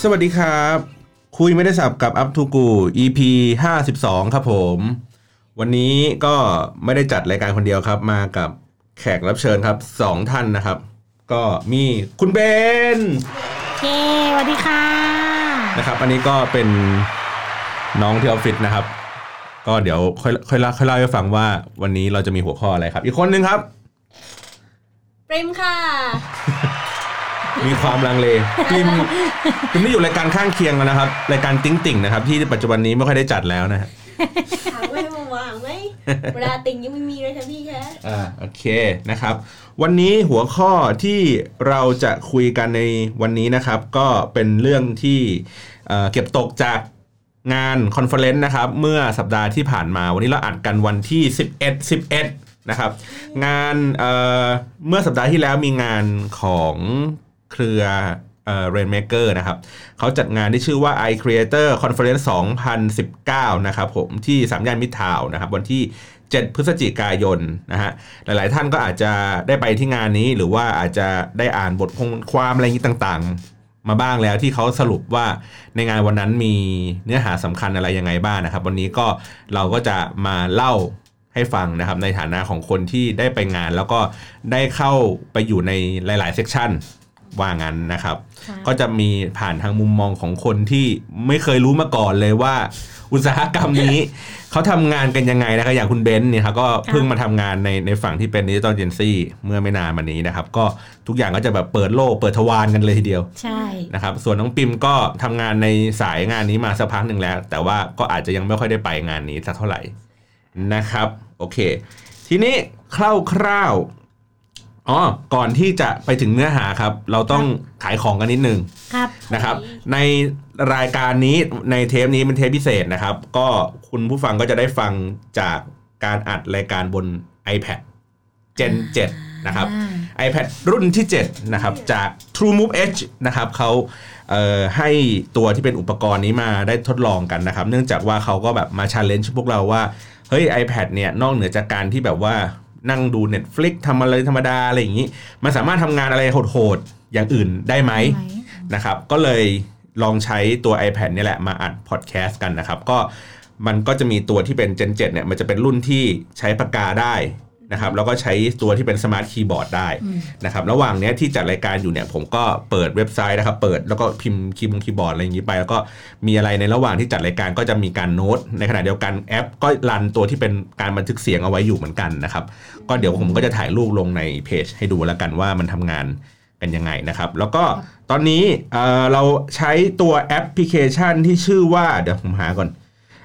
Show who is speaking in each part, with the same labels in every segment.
Speaker 1: วัสดีครับคุยไม่ได้สับกับอัพทูกู EP 52ครับผมวันนี้ก็ไม่ได้จัดรายการคนเดียวครับมากับแขกรับเชิญครับ2ท่านนะครับก็มีคุณเบน
Speaker 2: เย้สวัสดีค่ะ
Speaker 1: นะครับอันนี้ก็เป็นน้องที่ออฟฟิศนะครับก็เดี๋ยวค่อยเล่าให้ฟังว่าวันนี้เราจะมีหัวข้ออะไรครับอีกคนนึงครับ
Speaker 3: ปริมค่ะ
Speaker 1: มีความลังเลปริมนี่อยู่รายการข้างเคียงแล้วนะครับรายการติ๊งติ่งนะครับที่ปัจจุบันนี้ไม่ค่อยได้จัดแล้วนะฮะ
Speaker 3: ถามไม่ว่างไหมเวลาติ่งยังไม่มีเลยค่ะพี่คะ
Speaker 1: โอเคนะครับวันนี้หัวข้อที่เราจะคุยกันในวันนี้นะครับก็เป็นเรื่องที่เก็บตกจากงานคอนเฟอเรนซ์นะครับเมื่อสัปดาห์ที่ผ่านมาวันนี้เราอัดกันวันที่11นะครับงานเมื่อสัปดาห์ที่แล้วมีงานของเครือRainmaker นะครับเขาจัดงานที่ชื่อว่า iCreator Conference 2019นะครับผมที่3ย่านมิตรทาวน์นะครับวันที่7พฤศจิกายนนะฮะหลายๆท่านก็อาจจะได้ไปที่งานนี้หรือว่าอาจจะได้อ่านบทความอะไรอย่างนี้ต่างๆมาบ้างแล้วที่เขาสรุปว่าในงานวันนั้นมีเนื้อหาสำคัญอะไรยังไงบ้างนะครับวันนี้ก็เราก็จะมาเล่าให้ฟังนะครับในฐานะของคนที่ได้ไปงานแล้วก็ได้เข้าไปอยู่ในหลายๆเซกชันว่างั้นนะครับก็จะมีผ่านทางมุมมองของคนที่ไม่เคยรู้มาก่อนเลยว่าอุตสาหกรรมนี้เขาทำงานกันยังไงนะครับอย่างคุณเบนซ์เนี่ยครับก็เพิ่งมาทำงานในฝั่งที่เป็น Digital Agency เมื่อไม่นานมานี้นะครับก็ทุกอย่างก็จะแบบเปิดโลกเปิดทวารกันเลยทีเดียว
Speaker 2: ใช่
Speaker 1: นะครับส่วนน้องปิมก็ทำงานในสายงานนี้มาสักพักหนึ่งแล้วแต่ว่าก็อาจจะยังไม่ค่อยได้ไปงานนี้สักเท่าไหร่นะครับโอเคทีนี้คร่าวๆก่อนที่จะไปถึงเนื้อหาครับเราต้องขายของกันนิดนึงนะครับในรายการนี้ในเทปนี้เป็นเทปพิเศษนะครับก็คุณผู้ฟังก็จะได้ฟังจากการอัดรายการบน iPad Gen 7นะครับ iPad รุ่นที่7นะครับจาก TrueMove Edge นะครับเขาให้ตัวที่เป็นอุปกรณ์นี้มาได้ทดลองกันนะครับเนื่องจากว่าเขาก็แบบมา challenge พวกเราว่าเฮ้ย iPad เนี่ยนอกเหนือจากการที่แบบว่านั่งดู Netflix ทำอะไรธรรมดาอะไรอย่างนี้มันสามารถทำงานอะไรโหดๆอย่างอื่นได้ไหมนะครับก็เลยลองใช้ตัว iPad นี่แหละมาอัดพอดแคสต์กันนะครับก็มันก็จะมีตัวที่เป็น Gen 7เนี่ยมันจะเป็นรุ่นที่ใช้ปากกาได้นะครับแล้วก็ใช้ตัวที่เป็นสมาร์ทคีย์บอร์ดได้นะครับระหว่างนี้ที่จัดรายการอยู่เนี่ยผมก็เปิดเว็บไซต์นะครับเปิดแล้วก็พิมพ์คีย์บอร์ดอะไรอย่างนี้ไปแล้วก็มีอะไรในระหว่างที่จัดรายการก็จะมีการโน้ตในขณะเดียวกันแอปก็รันตัวที่เป็นการบันทึกเสียงเอาไว้อยู่เหมือนกันนะครับก็เดี๋ยวผมก็จะถ่ายรูปลงในเพจให้ดูแล้วกันว่ามันทำงานกันยังไงนะครับแล้วก็ตอนนี้เราใช้ตัวแอปพลิเคชันที่ชื่อว่าเดี๋ยวผมหาก่อน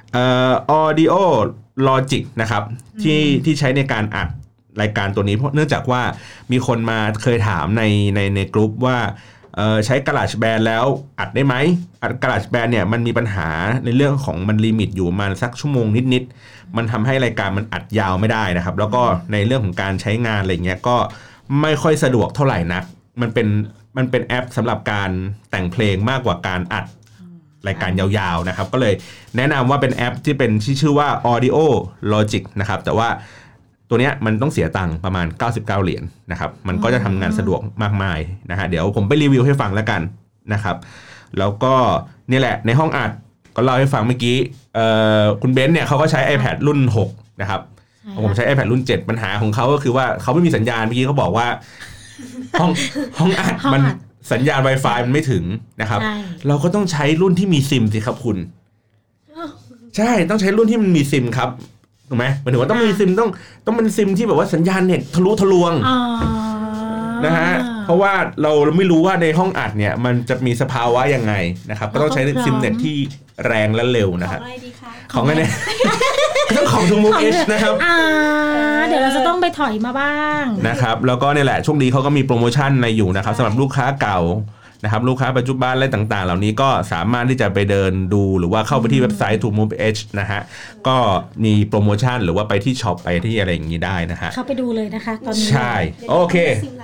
Speaker 1: Audio Logic นะครับที่ใช้ในการอัดรายการตัวนี้เพราะเนื่องจากว่ามีคนมาเคยถามในกลุ่มว่าใช้ GarageBand แล้วอัดได้ไหมอัด GarageBand เนี่ยมันมีปัญหาในเรื่องของมันลิมิตอยู่ประมาณสักชั่วโมงนิดๆมันทำให้รายการมันอัดยาวไม่ได้นะครับแล้วก็ในเรื่องของการใช้งานอะไรเงี้ยก็ไม่ค่อยสะดวกเท่าไหร่นักมันเป็นแอปสำหรับการแต่งเพลงมากกว่าการอัดรายการยาวๆนะครับก็เลยแนะนำว่าเป็นแอปที่เป็นชื่อว่า Audio Logic นะครับแต่ว่าตัวเนี้ยมันต้องเสียตังค์ประมาณ99เหรียญนะครับมันก็จะทำงานสะดวกมากมายนะฮะเดี๋ยวผมไปรีวิวให้ฟังแล้วกันนะครับแล้วก็นี่แหละในห้องอัดก็เล่าให้ฟังเมื่อกี้คุณเบนซ์เนี่ยเขาก็ใช้ iPad รุ่น6นะครับผมใช้ iPad รุ่น7ปัญหาของเขาก็คือว่าเขาไม่มีสัญญาณเมื่อกี้เขาบอกว่าห้องอัดมันสัญญาณ Wi-Fi มันไม่ถึงนะครับเราก็ต้องใช้รุ่นที่มีซิมสิครับคุณใช่ต้องใช้รุ่นที่มันมีซิมครับถูกไหมหมายถึงว่าต้องมีซิมต้องเป็นซิมที่แบบว่าสัญญาณเน็ตทะลุทะลวงนะฮะเพราะว่าเราไม่รู้ว่าในห้องอัดเนี่ยมันจะมีสภาวะยังไงนะครับก็ต้องใช้ซิมเน็ตที่แรงและเร็วนะครับของอะไรต้องของTrueMove Edge นะครับ
Speaker 2: เดี๋ยวเราจะต้องไปถอยมาบ้าง
Speaker 1: นะครับแล้วก็นี่แหละช่วงนี้เขาก็มีโปรโมชั่นในอยู่นะครับสำหรับลูกค้าเก่านะครับลูกค้าปัจจุบันอะไรต่างๆเหล่านี้ก็สามารถที่จะไปเดินดูหรือว่าเข้าไปที่เว็บไซต์ TrueMove Edge นะฮะก็มีโปรโมชั่นหรือว่าไปที่ช็อปไปที่อะไรอย่างนี้ได้นะฮะ
Speaker 2: เข้าไปดูเลยนะคะตอนนี้
Speaker 1: ใช่โอเค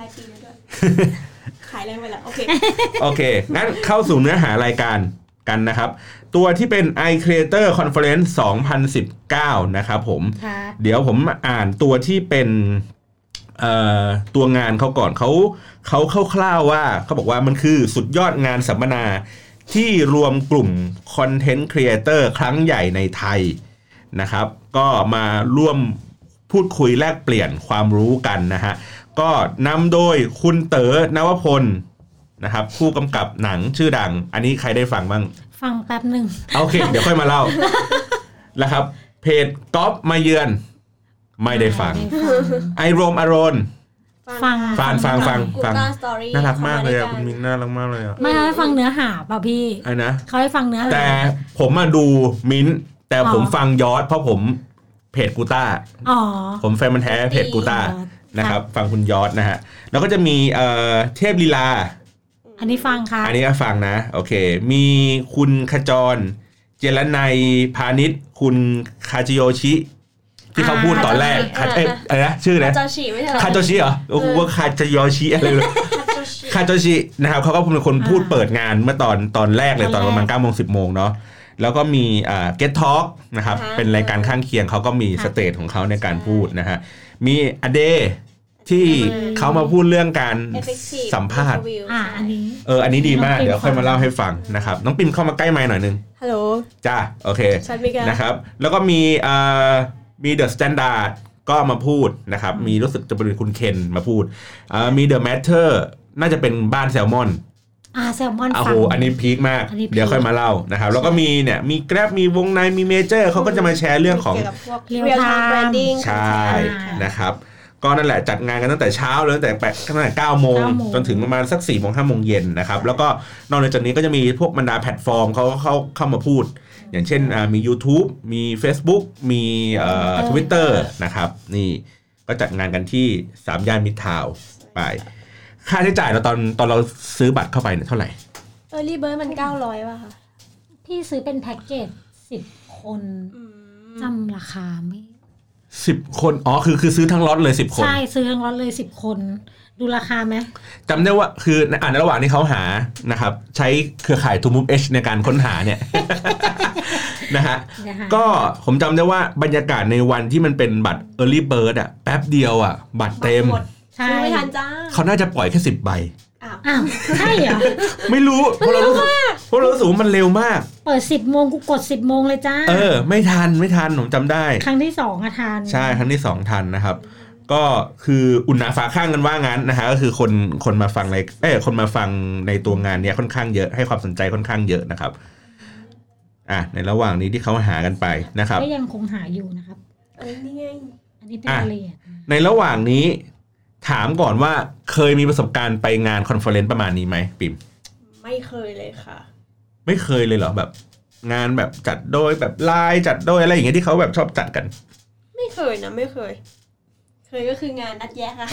Speaker 3: ขายแรงไปแล้วโอ
Speaker 1: เคงั้นเข้าสู่เนื้อหารายการกันนะครับตัวที่เป็น iCreator Conference 2019นะครับผมเดี๋ยวผมอ่านตัวที่เป็นตัวงานเขาก่อนเขาคร่าวๆว่าเขาบอกว่ามันคือสุดยอดงานสัมมนาที่รวมกลุ่มคอนเทนต์ครีเอเตอร์ครั้งใหญ่ในไทยนะครับก็มาร่วมพูดคุยแลกเปลี่ยนความรู้กันนะฮะก็นำโดยคุณเต๋อนวพลนะครับผู้กำกับหนังชื่อดังอันนี้ใครได้ฟังบ้าง
Speaker 2: ฟังแป๊บหนึ่ง
Speaker 1: โอเคเดี๋ยวค่อยมาเล่านะครับเพจก๊อฟมาเยือนไม่ได้ฟังไอโรมอารอน
Speaker 2: ฟัง
Speaker 1: น่ารักมากเลยอ่ะคุณมิ้นน่ารักมากเลยอ่ะ
Speaker 2: ไม่ให้ฟังเนื้อหาป่ะพี่
Speaker 1: ไอ้นะ
Speaker 2: เขาให้ฟังเนื้อหา
Speaker 1: แต่ผมมาดูมิ้นแต่ผมฟังยอดเพราะผมเพจกูต้าผมแฟนมันแท้เพจกูต้านะครับฟังคุณยอดนะฮะแล้วก็จะมีเทพลีลา
Speaker 2: อันนี้ฟังค่ะ
Speaker 1: อันนี้ก็ฟังนะโอเคมีคุณขจรเจรนัยพาณิชย์คุณคาจิโยชิที่เขาพูดตอนแรกอะไรนะชื่อนะ
Speaker 3: คาโจชิไม่ใช่
Speaker 1: คาโจชิเหรอโอ้โหว่าคาจิโยชิอะไรเลยคาโจชินะครับเขาก็เป็นคนพูดเปิดงานเมื่อตอนแรกเลยตอนประมาณ 9:00 น 10:00 นเนาะแล้วก็มีGet Talk นะครับเป็นรายการข้างเคียงเขาก็มีสเตจของเขาในการพูดนะฮะมีอเดที่เขามาพูดเรื่องการสัมภาษณ์
Speaker 2: อันนี้
Speaker 1: อันนี้ดีมากเดี๋ยวค่อยมาเล่าให้ฟังนะครับน้องปิ่มเข้ามาใกล้ไมค์หน่อยนึง
Speaker 3: ฮัลโหล
Speaker 1: จ้าโอเคนะครับแล้วก็มีThe Standard ก็มาพูดนะครับมีรู้สึกจะเป็นคุณเคนมาพูดมี The Matter น่าจะเป็นบ้านแซลมอน
Speaker 2: แซลมอน
Speaker 1: โอ้โหอันนี้พีคมากเดี๋ยวค่อยมาเล่านะครับแล้วก็มีเนี่ยมี Grab มีวงในมีเมเจอร์เขาก็จะมาแชร์เรื่องของ
Speaker 3: Real Time Branding
Speaker 1: ใช่นะครับก็นั่นแหละจัดงานกันตั้งแต่เช้าเลยตั้งแต่ 9 โมงจนถึงประมาณสัก 4 โมง 5 โมงเย็นนะครับแล้วก็นอกจากนี้ก็จะมีพวกบรรดาแพลตฟอร์มเขาเข้ามาพูดอย่างเช่นมี YouTube มี Facebook มีTwitter นะครับนี่ก็จัดงานกันที่3 ย่านมิตรทาวน์ไปค่าใช้จ่ายเราตอนเราซื้อบัตรเข้าไปเนี่ยเท่าไหร่
Speaker 3: Early Bird มัน900ป่ะคะ
Speaker 2: พี่ซื้อเป็นแพ็กเกจ10 คนจำราคาไม่
Speaker 1: 10 คนอ๋อคือซื้อทั้งล็อตเลย10 คน
Speaker 2: ใช่ซื้อทั้งล็อตเลย10 คนดูราคาไหม
Speaker 1: จำได้ว่าคือในระหว่างที่เขาหานะครับใช้เครือข่าย True Move Edge ในการค้นหาเนี่ย นะฮะก็ผมจำได้ว่าบรรยากาศในวันที่มันเป็นบัตร Early Bird อ่ะแป๊บเดียวอ่ะบัตรเต็ม
Speaker 2: ใช่
Speaker 3: ไม่ทันจ้า
Speaker 1: เขาน่าจะปล่อยแค่10 ใบ
Speaker 2: อ้าวใช่เหรอ
Speaker 1: ไม่รู้เพราะเรารู้สึกว่ามันเร็วมาก
Speaker 2: เปิด 10 โมงกูกด 10 โมงเลยจ้า
Speaker 1: ไม่ทันผมจำได้
Speaker 2: ครั้งที่2อะทัน
Speaker 1: ใช่ครั้งที่2ทันนะครับก็คืออุ่นหนาฝาข้างกันว่างั้นนะฮะก็คือคนมาฟังคนมาฟังในตัวงานเนี้ยค่อนข้างเยอะให้ความสนใจค่อนข้างเยอะนะครับในระหว่างนี้ที่เขาหากันไปนะครับ
Speaker 2: ก็ยังคงหาอยู่นะครับ
Speaker 3: นี่ไง
Speaker 2: อันนี้เป็นรายละเอียด
Speaker 1: ในระหว่างนี้ถามก่อนว่าเคยมีประสบการณ์ไปงานคอนเฟอเรนซ์ประมาณนี้ไหมปิ่ม
Speaker 3: ไม่เคยเลยค่ะ
Speaker 1: ไม่เคยเลยเหรอแบบงานแบบจัดโดยแบบไลน์จัดโดยอะไรอย่างเงี้ยที่เขาแบบชอบจัดกัน
Speaker 3: ไม่เคยนะไม่เคยก็คืองานนัดแยกค่ะ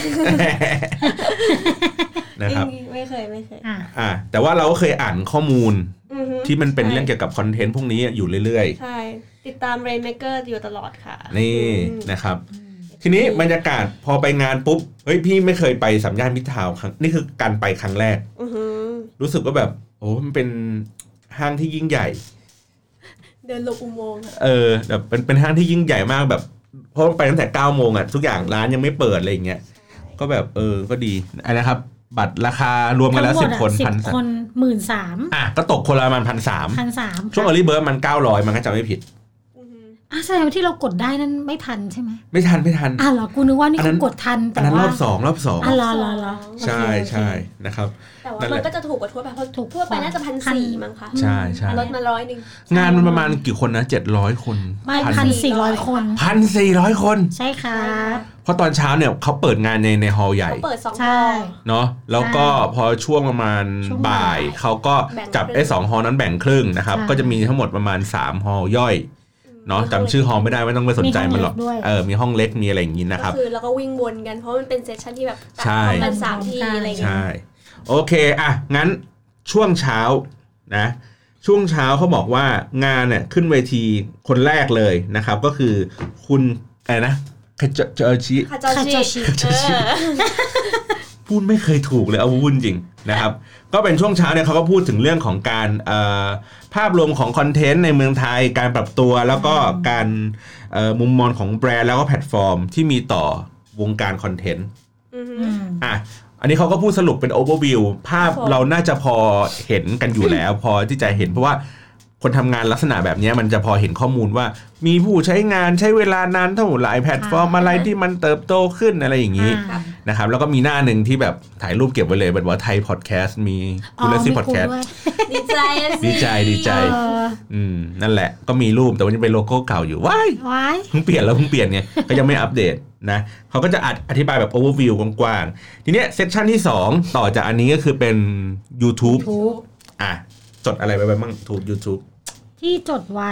Speaker 1: นะครับ
Speaker 3: ไม่เคย
Speaker 1: แต่ว่าเราก็เคยอ่านข้อมูลที่มันเป็นเรื่องเกี่ยวกับคอนเทนต์พวกนี้อยู่เรื่อย
Speaker 3: ๆใช่ติดตาม Rainmaker อยู่ตลอดค่ะ
Speaker 1: นี่นะครับทีนี้บรรยากาศพอไปงานปุ๊บเฮ้ยพี่ไม่เคยไป3 ย่านมิตรทาวน์นี่คือการไปครั้งแรกรู้สึกว่าแบบโอ้มันเป็นห้างที่ยิ่งใหญ่
Speaker 3: เดินลงอุโมงค์
Speaker 1: แบบเป็นห้างที่ยิ่งใหญ่มากแบบเพราะไปตั้งแต่ 9 โมงอ่ะทุกอย่างร้านยังไม่เปิดอะไรอย่างเงี้ยก็แบบก็ดีอะไรนะครับบัตรราคารวมกันแล้ว10 คน
Speaker 2: 10 คน 13,000
Speaker 1: ก็ตกคนละประมาณ 1,300 ช่วง Early Bird มัน900มันก็จำไม่ผิด
Speaker 2: แสดงว่าที่เรากดได้นั้นไม่ทันใช่ไหม
Speaker 1: ไม่ทัน
Speaker 2: เหรอกูนึกว่านี่เขากดทัน
Speaker 1: แต่ว่ารอบ2รอใช่นะครับ
Speaker 3: แต่ว่ามันก็จะถูกกว่าทั่วไปเพราะทั่วไปน่าจะ1,400มั้งคะ
Speaker 1: ใช่
Speaker 3: ลดมา100นึง
Speaker 1: งานมันประมาณกี่คนนะ700 คน
Speaker 2: ไม่1,400 คน
Speaker 1: 1,400 คน
Speaker 2: ใช่ครับ
Speaker 1: เพราะตอนเช้าเนี่ยเขาเปิดงานในฮอลล์ใหญ่
Speaker 3: เขาเปิด2
Speaker 2: ฮอลล์
Speaker 1: เนาะแล้วก็พอช่วงประมาณบ่ายเขาก็จับไอ้2ฮอลล์นั้นแบ่งครึ่งนะครับก็จะมีทั้งหมดประมาณ3ฮอลล์ย่อยเนาะจำชื่อฮอลไม่ได้ไม่ต้องไปสนใจมันหรอกมีห้องเล็กมีอะไรอย่างนี้นะครับ
Speaker 3: ก็คือเราก็วิ่งวนกันเพราะมันเป็นเซสชั่นที่แบบกัน3 ที่อะไรอย่างเงี้ย
Speaker 1: ใช่โอเคงั้นช่วงเช้านะช่วงเช้าเขาบอกว่างานเนี่ยขึ้นเวทีคนแรกเลยนะครับก็คือคุณอะไรนะคาโจชิพูดไม่เคยถูกเลยเอาวุ่นจริงนะครับก็เป็นช่วงเช้าเนี่ยเขาก็พูดถึงเรื่องของการภาพรวมของคอนเทนต์ในเมืองไทยการปรับตัวแล้วก็การมุมมองของแบรนด์แล้วก็แพลตฟอร์มที่มีต่อวงการคอนเทนต์อันนี้เขาก็พูดสรุปเป็น overview ภาพเราน่าจะพอเห็นกันอยู่แล้ว พอที่จะเห็นเพราะว่าคนทำงานลักษณะแบบนี้มันจะพอเห็นข้อมูลว่ามีผู้ใช้งานใช้เวลานานเท่าไหร่แพลตฟอร์มอะไรที่มันเติบโตขึ้นอะไรอย่างนี้นะครับแล้วก็มีหน้าหนึ่งที่แบบถ่ายรูปเก็บไว้เลยแบบว่าไทยพอดแคสต์มีคุณเลซี่พอดแคสต์
Speaker 3: ดีใจ
Speaker 1: ดีใจนั่นแหละก็มีรูปแต่วันนี้เป็นโลโก้เก่าอยู่ว้ายเพิ่งเปลี่ยนไงก็ยังไม่อัปเดตนะเขาก็จะอธิบายแบบ overview กว้างๆทีเนี้ยเซสชั่นที่2ต่อจากอันนี้ก็คือเป็น YouTube อ่ะจดอะไรไว้บ้างถูก YouTube
Speaker 2: ที่จดไว้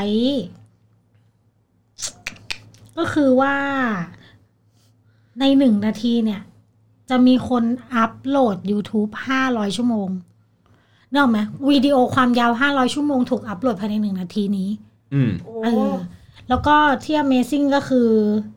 Speaker 2: ก็คือว่าใน1 นาทีเนี่ยจะมีคนอัพโหลด YouTube 500 ชั่วโมงนึกออกไหมวิดีโอความยาว500ชั่วโมงถูกอัพโหลดภายใน1 นาทีนี้แล้วก็ที่ Amazing ก็คือ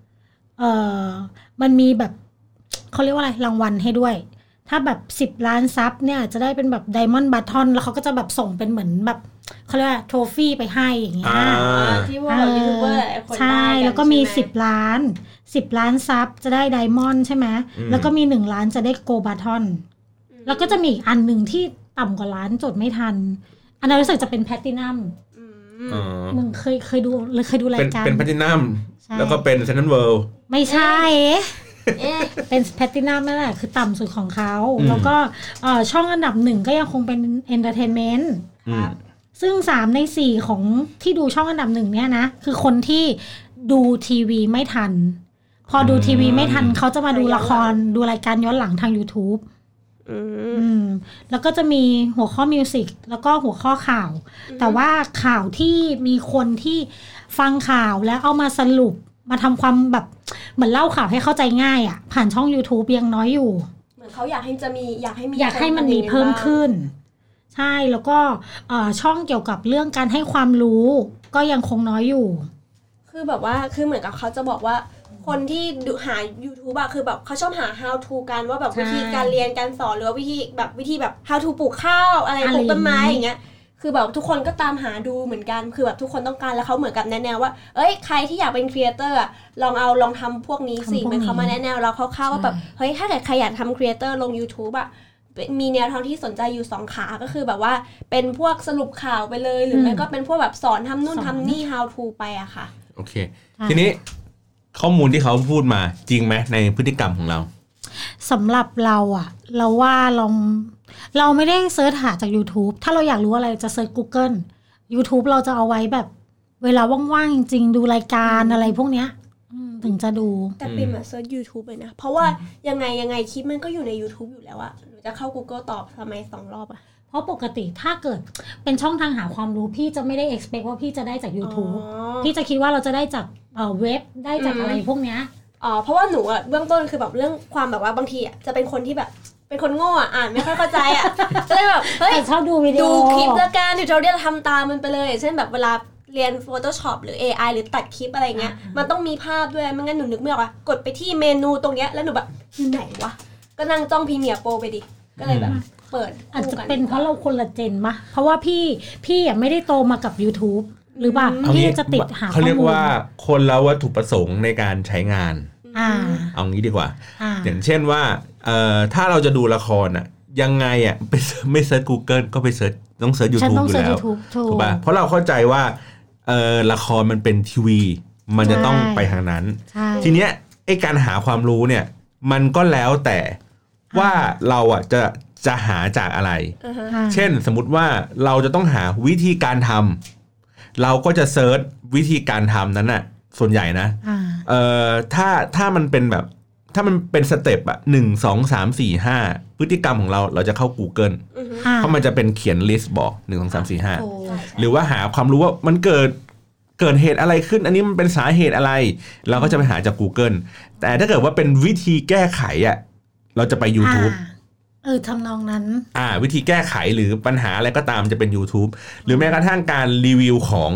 Speaker 2: มันมีแบบเขาเรียกว่าอะไรรางวัลให้ด้วยถ้าแบบ10 ล้านซับเนี่ยจะได้เป็นแบบ Diamond Button แล้วเขาก็จะแบบส่งเป็นเหมือนแบบเขาเรียกว่าโทฟี่ไปให้อย่างเงี้ย
Speaker 3: ที่ว่ายูทูบเบอร์คนได้
Speaker 2: ใช่แล้วก็มี10 ล้านซับจะได้ Diamond ใช่ไหมแล้วก็มี1 ล้านจะได้ Gold Button แล้วก็จะมีอีกอันหนึ่งที่ต่ำกว่าล้านจดไม่ทันอันนั้นรู้สึกจะเป็น Platinum มึงเคยดูรายการ
Speaker 1: เป็น Platinum แล้วก็เป็น Central World
Speaker 2: ไม่ใช่เป็นแพลตินัมนั่นแหละคือต่ำสุดของเขาแล้วก็ช่องอันดับ1ก็ยังคงเป็น Entertainment ซึ่ง3 ใน 4ของที่ดูช่องอันดับ1เนี่ยนะคือคนที่ดูทีวีไม่ทันพอดูทีวีไม่ทันเขาจะมาดูละครดูรายการย้อนหลังทาง YouTube แล้วก็จะมีหัวข้อมิวสิกแล้วก็หัวข้อข่าวแต่ว่าข่าวที่มีคนที่ฟังข่าวแล้วเอามาสรุปมาทำความแบบเหมือนเล่าข่าวให้เข้าใจง่ายอ่ะผ่านช่อง YouTube ยังน้อยอยู่
Speaker 3: เหมือนเขาอยากให้
Speaker 2: มันมีเพิ่มขึ้นใช่แล้วก็ช่องเกี่ยวกับเรื่องการให้ความรู้ก็ยังคงน้อยอยู่
Speaker 3: คือแบบว่าคือเหมือนกับเขาจะบอกว่าคนที่ดูหา YouTube อะคือแบบเขาชอบหา how to กันว่าแบบวิธีการเรียนการสอนหรือว่าวิธีแบบ how to ปลูกข้าวอะไรปลูกต้นไม้อย่างเงี้ยคือแบบทุกคนก็ตามหาดูเหมือนกันคือแบบทุกคนต้องการแล้วเขาเหมือนกับแนะแนวว่าใครที่อยากเป็นครีเอเตอร์ลองทำพวกนี้สิเหมือนเขามาแนะแนวเราคร่าวๆว่าแบบเฮ้ยถ้าเกิดใครอยากทำครีเอเตอร์ลง YouTube อะมีแนวทางที่สนใจอยู่2 ขาก็คือแบบว่าเป็นพวกสรุปข่าวไปเลยหรือไม่ก็เป็นพวกแบบสอนทำนู่นทำนี่ how to ไปอะค่ะ
Speaker 1: โอเคทีนี้ข้อมูลที่เขาพูดมาจริงไหมในพฤติกรรมของเรา
Speaker 2: สำหรับเราอะเราว่าเราไม่ได้เซิร์ชหาจาก YouTube ถ้าเราอยากรู้อะไรจะเซิร์ช Google YouTube เราจะเอาไว้แบบเวลาว่างๆจริงๆดูรายการอะไรพวกเนี้ยถึงจะดู
Speaker 3: แต่ปิ่มเซิร์ช YouTube เลยนะเพราะว่ายังไงคลิปมันก็อยู่ใน YouTube อยู่แล้วอะหนูจะเข้า Google ตอบทำไม2 รอบอะ
Speaker 2: เพราะปกติถ้าเกิดเป็นช่องทางหาความรู้พี่จะไม่ได้ expect ว่าพี่จะได้จาก YouTube พี่จะคิดว่าเราจะได้จากเว็บได้จากอะไรพวกเนี้ย
Speaker 3: เพราะว่าหนูอะเบื้องต้นคือแบบเรื่องความแบบว่าบางทีอะจะเป็นคนที่แบบเป็นคนโง่อ่านไม่ค่อยเข้าใจอ่ะก็เลยแบบเฮ้ย
Speaker 2: ชอบดูวิดีโอ
Speaker 3: ดูคลิปแล้วกันดูเราเรียนทำตามมันไปเลยเช่นแบบเวลาเรียน Photoshop หรือ AI หรือตัดคลิปอะไรเงี้ยมันต้องมีภาพด้วยไม่งั้นหนูนึกไม่ออกอ่ะกดไปที่เมนูตรงเนี้ยแล้วหนูแบบอยู่ไหนวะก็นั่งจ้องพรีเมียร์โปรไปดิก็เลยแบบเปิด
Speaker 2: อาจจะเป็นเพราะเราคนละเจนมะเพราะว่าพี่อ่ะไม่ได้โตมากับ YouTube หรือเปล่าพี่จะติดหา
Speaker 1: เขาเรียกว่าคนละวัตถุประสงค์ในการใช้งานเอางี้ดีกว่าอย่างเช่นว่าถ้าเราจะดูละครอ่ะยังไงอ่ะไปไม่เซิร์ช Google ก็ไปเซิร์ชต้องเซิร์ช YouTube อยู่แล้วถูกป่ะเพราะเราเข้าใจว่าละครมันเป็นทีวีมันจะต้องไปทางนั้นทีเนี้ยไอ้การหาความรู้เนี่ยมันก็แล้วแต่ว่าเราอ่ะจะหาจากอะไรเช่นสมมุติว่าเราจะต้องหาวิธีการทำเราก็จะเซิร์ชวิธีการทำนั้นน่ะส่วนใหญ่นะถ้ามันเป็นแบบถ้ามันเป็นสเต็ปอะ1 2 3 4 5พฤติกรรมของเราจะเข้า Google เพราะมันจะเป็นเขียนลิสต์บอก1 2 3 4 5หรือว่าหาความรู้ว่ามันเกิดเหตุอะไรขึ้นอันนี้มันเป็นสาเหตุอะไรเราก็จะไปหาจาก Google แต่ถ้าเกิดว่าเป็นวิธีแก้ไขอะเราจะไป YouTube
Speaker 2: ทำนองนั้น
Speaker 1: วิธีแก้ไขหรือปัญหาอะไรก็ตามจะเป็น YouTube หรือแม้กระทั่งการรีวิวของ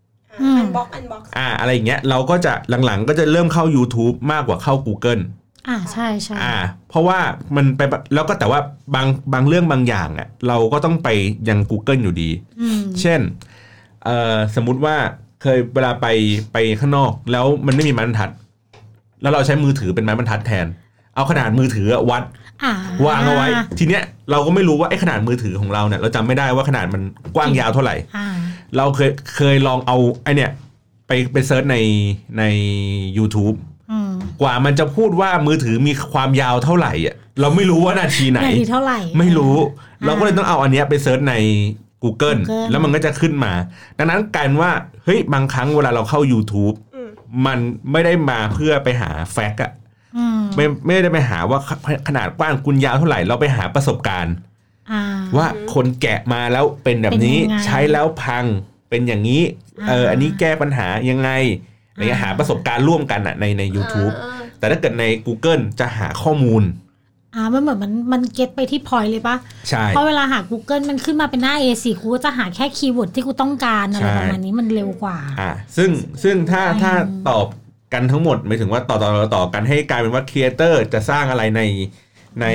Speaker 3: unbox
Speaker 1: อะไรอย่างเงี้ยเราก็จะหลังๆก็จะเริ่มเข้า YouTube มากกว่าเข้า Google
Speaker 2: ใช่
Speaker 1: เพราะว่ามันไปแล้วก็แต่ว่าบางเรื่องบางอย่างอ่ะเราก็ต้องไปยัง Google อยู่ดีเช่นสมมุติว่าเคยเวลาไปข้างนอกแล้วมันไม่มีไม้บรรทัดแล้วเราใช้มือถือเป็นไม้บรรทัดแทนเอาขนาดมือถือวัดวางเอาไว้ทีเนี้ยเราก็ไม่รู้ว่าไอ้ขนาดมือถือของเราเนี่ยเราจำไม่ได้ว่าขนาดมันกว้างยาวเท่าไหร่เราเคยลองเอาไอ้เนี่ยไปเซิร์ชใน YouTube กว่ามันจะพูดว่ามือถือมีความยาวเท่าไหร่อ่ะเราไม่รู้ว่านาทีไหน
Speaker 2: เท่าไหร่
Speaker 1: ไม่รู้เราก็เลยต้องเอาอันเนี้ยไปเซิร์ชใน Google แล้วมันก็จะขึ้นมาดังนั้นกลายเป็นว่าเฮ้ยบางครั้งเวลาเราเข้า YouTube มันไม่ได้มาเพื่อไปหาแฟกต์อ่ะไม่ได้ไปหาว่าขนาดกว้างกุญยาวเท่าไหร่เราไปหาประสบการณ์ว่าคนแกะมาแล้วเป็นแบบนี้ใช้แล้วพังเป็นอย่างนี้อันนี้แก้ปัญหายังไงอะไรเงี้ยหาประสบการณ์ร่วมกันอ่ะใน YouTube แต่ถ้าเกิดใน Google จะหาข้อมูล
Speaker 2: มันเหมือนมันเก็ตไปที่พอยต์เลยปะ
Speaker 1: ใช่
Speaker 2: เพราะเวลาหา Google มันขึ้นมาเป็นหน้า A4 กูก็จะหาแค่คีย์เวิร์ดที่กูต้องการอะไรประมาณนี้มันเร็วกว่า
Speaker 1: ซึ่งถ้าตอบกันทั้งหมดหมายถึงว่าต่อกันให้กลายเป็นว่าครีเอเตอร์จะสร้างอะไรใน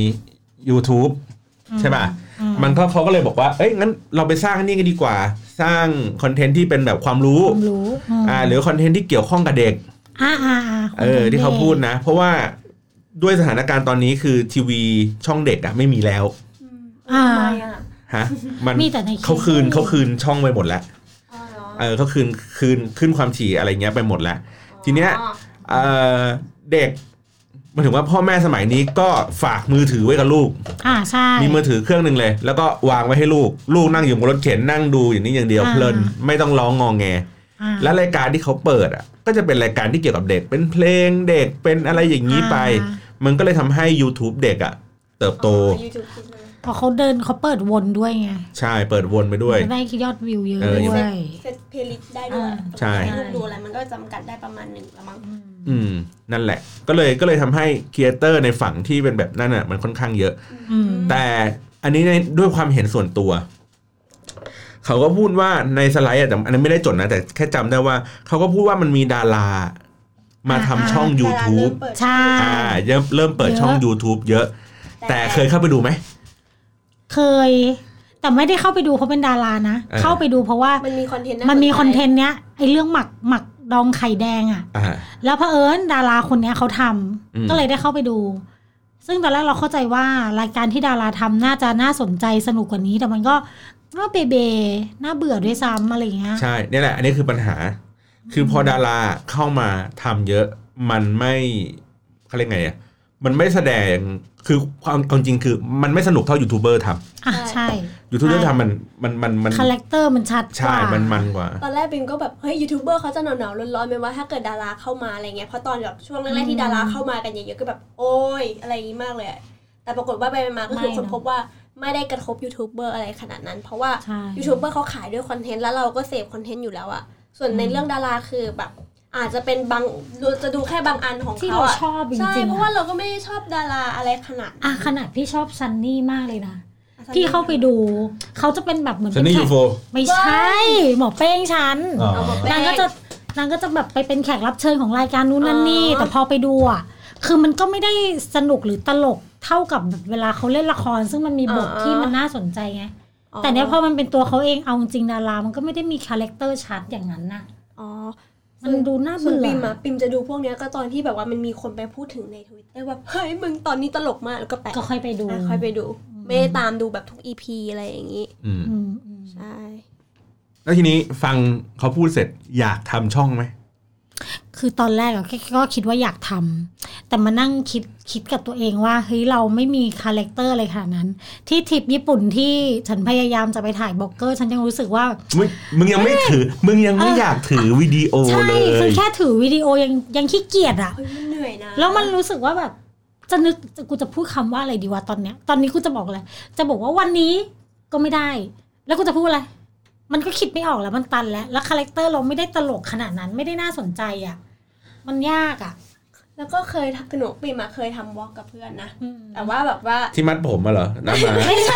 Speaker 1: YouTube ใช่ป่ะมันก็เขาก็เลยบอกว่าเอ้ยงั้นเราไปสร้างนี่กันดีกว่าสร้างคอนเทนต์ที่เป็นแบบความรู้หรือคอนเทนต์ที่เกี่ยวข้องกับเด็กที่เขาพูดนะเพราะว่าด้วยสถานการณ์ตอนนี้คือทีวีช่องเด็กอ่ะไม่มีแล้วฮะมันเขาคืนช่องไปหมดแล้วเขาคืนความถี่อะไรเงี้ยไปหมดแล้วทีเนี้ยเด็กหมายถึงว่าพ่อแม่สมัยนี้ก็ฝากมือถือไว้กับลูก
Speaker 2: ใช่
Speaker 1: มีมือถือเครื่องนึงเลยแล้วก็วางไว้ให้ลูกนั่งอยู่บนรถเข็นนั่งดูอย่างนี้อย่างเดียวเพลินไม่ต้องร้องงอแงและรายการที่เขาเปิดอ่ะก็จะเป็นรายการที่เกี่ยวกับเด็กเป็นเพลงเด็กเป็นอะไรอย่างนี้ไปมันก็เลยทำให้ YouTube เด็กอ่ะเติบโต
Speaker 2: พอเขาเปิดวนด้วยไง
Speaker 1: ใช่เปิดวนไปด้วย
Speaker 2: ได้ยอดวิวเยอะด้วย
Speaker 3: เซตเพลย์ลิสต์ได้ด้วย
Speaker 1: ใช่
Speaker 3: ลูกดูอะไรมันก็จำกัดได้ประมาณนึงละมั้ง
Speaker 1: นั่นแหละก็เลยทำให้ครีเอเตอร์ในฝั่งที่เป็นแบบนั้นอ่ะมันค่อนข้างเยอะแต่อันนี้ด้วยความเห็นส่วนตัวเขาก็พูดว่าในสไลด์แต่อันนั้นไม่ได้จดนะแต่แค่จำได้ว่าเขาก็พูดว่ามันมีดารามาทำช่อง YouTube
Speaker 2: ใช่
Speaker 1: เริ่มเปิดช่อง YouTube เยอะแต่เคยเข้าไปดูไหม
Speaker 2: เคยแต่ไม่ได้เข้าไปดูเพราะเป็นดารานะเข้าไปดูเพราะว่า
Speaker 3: มันมีคอนเทนต์
Speaker 2: เนี้ยไอ้เรื่องหมักดองไข่แดงแล้วเผอิญดาราคนเนี้ยเขาทำก็เลยได้เข้าไปดูซึ่งตอนแรกเราเข้าใจว่ารายการที่ดาราทำน่าจะน่าสนใจสนุกกว่านี้แต่มันก็เบน่าเบื่อด้วยซ้ำอะไรเงี้ย
Speaker 1: ใช่นี่แหละอันนี้คือปัญหาคือพอดาราเข้ามาทำเยอะมันไม่เขาเรียกไงอ่ะมันไม่แสดงคือความจริงคือมันไม่สนุกเท่ายูทูบเบอร์ท
Speaker 2: ำใช่
Speaker 1: ยูทูบเบอร์ทำมัน
Speaker 2: คาแรคเตอร์มันชัด
Speaker 1: ใช่มันกว่า
Speaker 3: ตอนแรกบิมก็แบบเฮ้ยยูทูบเบอร์เขาจะหนาวร้อนๆไหมว่าถ้าเกิดดาราเข้ามาอะไรเงี้ยเพราะตอนแบบช่วงแรกๆที่ดาราเข้ามากันเยอะๆก็แบบโอ้ยอะไรอย่างงี้มากเลยแต่ปรากฏว่าไปมาก็คือคนพบว่าไม่ได้กระทบยูทูบเบอร์อะไรขนาดนั้นเพราะว่ายูทูบเบอร์เขาขายด้วยคอนเทนต์แล้วเราก็เสพคอนเทนต์อยู่แล้วอะส่วนในเรื่องดาราคือแบบอาจจะเป็นบางจะดูแค่บางอันของเขา
Speaker 2: อะใช่
Speaker 3: เพราะว่าเราก็ไม่ได้ชอบดาราอะไรขนาด
Speaker 2: ขนาดพี่ชอบซันนี่มากเลยนะพี่เข้าไปดูเขาจะเป็นแบบเหมือน
Speaker 1: ซันนี่ยูโฟ
Speaker 2: ไม่ใช่หมอเป้งฉันนางก็จะแบบไปเป็นแขกรับเชิญของรายการนู้นนั่นนี่แต่พอไปดูอ่ะคือมันก็ไม่ได้สนุกหรือตลกเท่ากับแบบเวลาเขาเล่นละครซึ่งมันมีบทที่มันน่าสนใจไงแต่เนี้ยพอมันเป็นตัวเขาเองเอาจริงดารามันก็ไม่ได้มีคาแรคเตอร์ชัดอย่างนั้นนะมันดูน่าเบื่อ
Speaker 3: ปิมจะดูพวกเนี้ยก็ตอนที่แบบว่ามันมีคนไปพูดถึงใน Twitter ว่าเฮ้ยมึงตอนนี้ตลกมากแล้วก็แปะ
Speaker 2: ก็ค่อยไปดู
Speaker 3: ไม่ได้ตามดูแบบทุก EP อะไรอย่างงี้ใช่
Speaker 1: แล้วทีนี้ฟังเขาพูดเสร็จอยากทำช่องไหม
Speaker 2: คือตอนแรกก็คิดว่าอยากทำแต่มานั่งคิดกับตัวเองว่าเฮ้ยเราไม่มีคาแรคเตอร์อะไรขนาดนั้นที่ทริปญี่ปุ่นที่ฉันพยายามจะไปถ่ายบล็อกเกอร์ฉันยังรู้สึกว่า
Speaker 1: มึงยังไม่ถือมึงยังไม่อยากถือวิดีโอเลย
Speaker 2: ใช่คือแค่ถือวิดีโอยังขี้เกียจอะ
Speaker 3: เหนื่อยนะ
Speaker 2: แล้วมันรู้สึกว่าแบบจะนึกกูจะพูดคำว่าอะไรดีวะตอนนี้กูจะบอกอะไรจะบอกว่าวันนี้ก็ไม่ได้แล้วกูจะพูดอะไรมันก็คิดไม่ออกแล้วมันตันแล้วคาแรคเตอร์เราไม่ได้ตลกขนาดนั้นไม่ได้น่าสนใจอ่ะมันยากอ่ะ
Speaker 3: แล้วก็เคยหนูปีมาเคยทำวอล์กกับเพื่อนนะแต่ว่าแบบว่า
Speaker 1: ที่มัดผมมาเหรอนั่นมา
Speaker 3: ไม่ใช่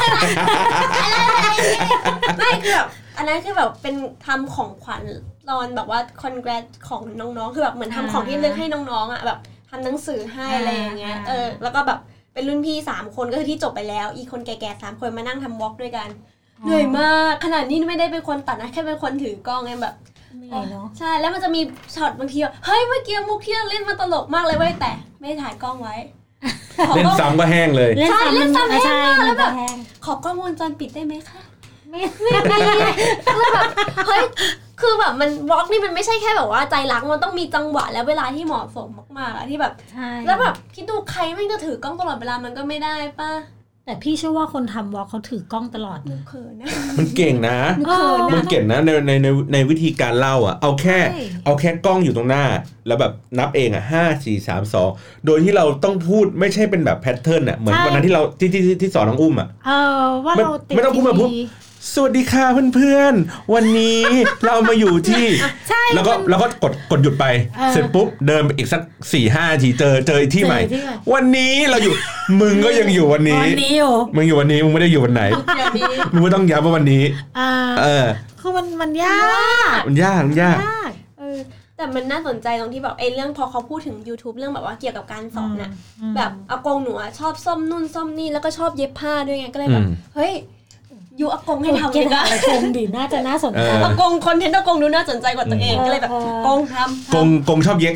Speaker 3: ไม่คือแบบอันนั้นคือแบบเป็นทำของขวัญตอนแบบว่าคอนแกรสของน้องๆคือแบบเหมือนทำของที่เลือกให้น้องๆอ่ะแบบทำหนังสือให้อะไรอย่างเงี้ยแล้วก็แบบเป็นรุ่นพี่3คนก็คือที่จบไปแล้วอีกคนแก่ๆ3คนมานั่งทำวอล์กด้วยกันเหนื่อยมากขนาดนี้ไม่ได้เป็นคนตัดนะแค่เป็นคนถือกล้องไงแบบใช่แล้วมันจะมีช็อตบางทีเฮ้ยเมื่อกี้มุกที่เราเล่นมาตลกมากเลยเว้ยแต่ไม่ได้ถ่ายกล้องไว้
Speaker 1: เล่นซ้ำก็แห้งเลย
Speaker 3: เล่นซ้ำแห้ง
Speaker 2: ใช่
Speaker 3: แล้วแบบ
Speaker 2: ห้ง
Speaker 3: ขอกล้องวงจรปิดได้ไหมคะ
Speaker 2: ไม่
Speaker 3: คือแบบเฮ้ยคือแบบมันวอล์กนี่มันไม่ใช่แค่แบบว่าใจรักมันต้องมีจังหวะและเวลาที่เหมาะสมมากๆอะที่แบบแล้วแบบคิดดูใครไม่จะถือกล้องตลอดเวลามันก็ไม่ได้ป่ะ
Speaker 2: แต่พี่เชื่อว่าคนทำวอล์กเขาถือกล้องตลอดเลย
Speaker 3: เขินนะ
Speaker 1: มันเก่งนะมันเก่งนะในวิธีการเล่าอ่ะเอาแค่กล้องอยู่ตรงหน้าแล้วแบบนับเองอ่ะ5 4 3 2โดยที่เราต้องพูดไม่ใช่เป็นแบบแพทเทิร์นอ่ะเหมือนวันนั้นที่เราที่สอนน้องอุ้มอ่ะ
Speaker 2: ว่าเราติด
Speaker 1: ไม่ต้องพูดแบบสวัสดีค่ะเพื่อนๆวันนี้เรามาอยู่ที่แล้วก็กดหยุดไปเสร็จปุ๊บเดินไปอีกสัก 4-5 นาทีเจออีกที่ใหม่วันนี้เราอยู่มึงก็ยังอยู่วันนี้มึงอยู่วันนี้มึงไม่ได้อยู่วันไหนมึงไม่ต้องย้ำว่าวันนี้
Speaker 2: คือมันย
Speaker 1: าก
Speaker 3: แต่มันน่าสนใจตรงที่แบบเรื่องพอเขาพูดถึง YouTube เรื่องแบบว่าเกี่ยวกับการสอนน่ะแบบอากงหนูชอบซ่อมนู่นซ่อมนี่แล้วก็ชอบเย็บผ้าด้วยไงก็เลยแบบเฮ้ยอยู่อากงให้ทำเลยก็
Speaker 2: อากงดีน่าจะน่าสนใจ
Speaker 3: อากงคอนเทนต์อากงดูน่าสนใจกว่าตัวเองก็เลยแบบกงทำ
Speaker 1: กงชอบเย็บ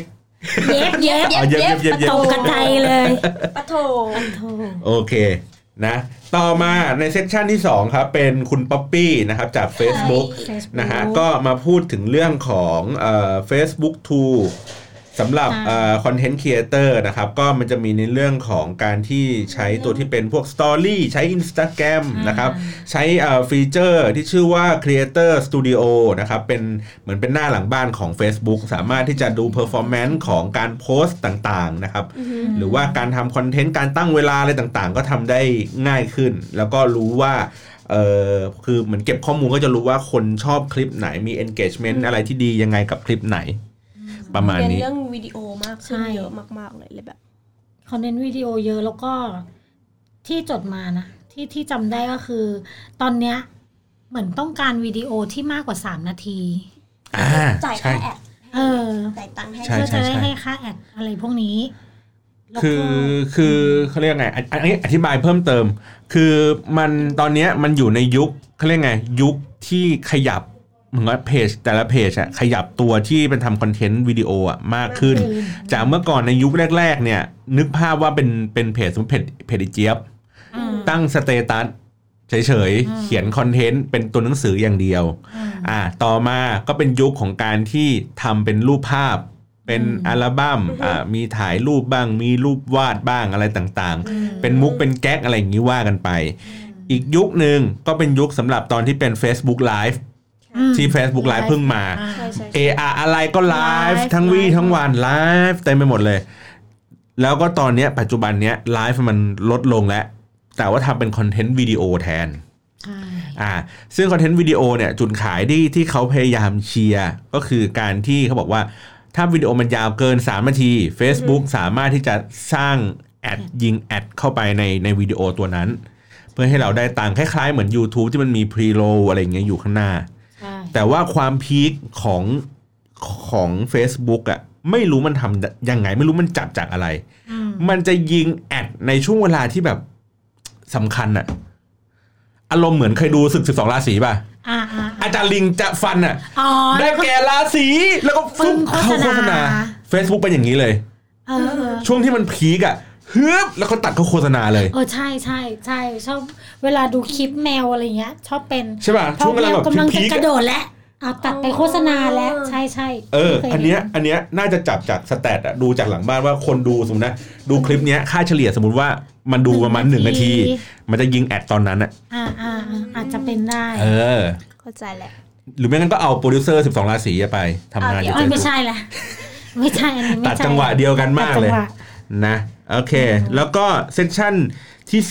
Speaker 2: ตรงกระจายเลย
Speaker 3: ปะโถ
Speaker 1: โอเคนะต่อมาในเซสชันที่2ครับเป็นคุณป๊อปปี้นะครับจาก Facebook นะฮะก็มาพูดถึงเรื่องของFacebook Tool สำหรับคอนเทนต์ครีเอเตอร์นะครับก็มันจะมีในเรื่องของการที่ใช้ตัวที่เป็นพวก Story ใช้ Instagram นะครับใช้ฟีเจอร์ที่ชื่อว่า Creator Studio นะครับเป็นเหมือนเป็นหน้าหลังบ้านของ Facebook สามารถที่จะดู performance ของการโพสต์ต่างๆนะครับหรือว่าการทำคอนเทนต์การตั้งเวลาอะไรต่างๆก็ทำได้ง่ายขึ้นแล้วก็รู้ว่าคือเหมือนเก็บข้อมูลก็จะรู้ว่าคนชอบคลิปไหนมี engagement อะไรที่ดียังไงกับคลิปไหนประมาณนี้
Speaker 3: เป็นเรื่องวิดีโอมากขึ้นเยอะมากๆเลยแบบ
Speaker 2: คอนเทนต์วิดีโอเยอะแล้วก็ที่จดมานะที่จำได้ก็คือตอนเนี้ยเหมือนต้องการวิดีโอที่มากกว่า3 นาที
Speaker 3: จ่ายค่าแอดจ่ายตังค์ให้
Speaker 2: เพื่อจะได้ให้ค่าแอดอะไรพวกนี้
Speaker 1: คือเขาเรียกไงอันนี้อธิบายเพิ่มเติมคือมันตอนนี้มันอยู่ในยุคเขาเรียกไงยุคที่ขยับเหมือนว่าเพจแต่ละเพจอะขยับตัวที่เป็นทำคอนเทนต์วิดีโออะมากขึ้นจากเมื่อก่อนในยุคแรกๆเนี่ยนึกภาพว่าเป็นเพจสมมติเพจอีเจี๊ยบตั้งสเตตัสเฉยๆเขียนคอนเทนต์เป็นตัวหนังสืออย่างเดียวต่อมาก็เป็นยุคของการที่ทำเป็นรูปภาพเป็นอัลบั้มมีถ่ายรูปบ้างมีรูปวาดบ้างอะไรต่างๆเป็นมุกเป็นแก๊กอะไรอย่างนี้ว่ากันไปอีกยุคนึงก็เป็นยุคสำหรับตอนที่เป็น Facebook Liveที่ Facebook Live เพิ่งมาอะไรก็ไลฟ์ทั้งวี่ทั้งวันไลฟ์เต็มไปหมดเลยแล้วก็ตอนนี้ปัจจุบันนี้ไลฟ์มันลดลงแล้วแต่ว่าทำเป็นคอนเทนต์วิดีโอแทนซึ่งคอนเทนต์วิดีโอเนี่ยจุดขายที่เขาพยายามเชียร์ก็คือการที่เขาบอกว่าถ้าวิดีโอมันยาวเกิน3 นาที Facebook สามารถที่จะสร้างแอดยิงแอดเข้าไปในวิดีโอตัวนั้นเพื่อให้เราได้ตังค์คล้ายๆเหมือน YouTube ที่มันมี Pre-roll อะไรอย่างเงี้ยอยู่ข้างหน้าแต่ว่าความพีคของ Facebook อ่ะไม่รู้มันทำยังไงไม่รู้มันจับจากอะไรมันจะยิงแอดในช่วงเวลาที่แบบสำคัญอ่ะอารมณ์เหมือนเคยดูศึก12 ราศีป่ะอาจารย์ลิงจะฟันอ่ะได้แก่ราศีแล้วก็ฟึ่งเข้าโฆษณา Facebook เป็นอย่างนี้เลยช่วงที่มันพีคอ่ะฮึบแล้วก็ตัดเข้าโฆษณาเลย
Speaker 2: ใช่ใช่ใช่ชอบเวลาดูคลิปแมวอะไรเงี้ยชอบเป็น
Speaker 1: ใช่ป่ะช่วงเวลาแบบ
Speaker 2: กำลังจะกระโดดแล้วตัดไปโฆษณาแล้วใช่ใช่
Speaker 1: อันเนี้ยน่าจะจับจากสแตทอะดูจากหลังบ้านว่าคนดูสมมตินะดูคลิปเนี้ยค่าเฉลี่ยสมมติว่ามันดูประมาณ1 นาทีมันจะยิงแอดตอนนั้นอะ
Speaker 2: อาจจะเป็นได้
Speaker 3: เข้าใจแหละ
Speaker 1: หรือไม่งั้นก็เอาโปรดิวเซอร์12 ราศีไปทำงานอยู่
Speaker 2: ไม่ใช่แหละไม่ใช่อันนี้ไม่ใช่
Speaker 1: ตัดจังหวะเดียวกันมากเลยนะโอเคแล้วก็เซสชั่นที่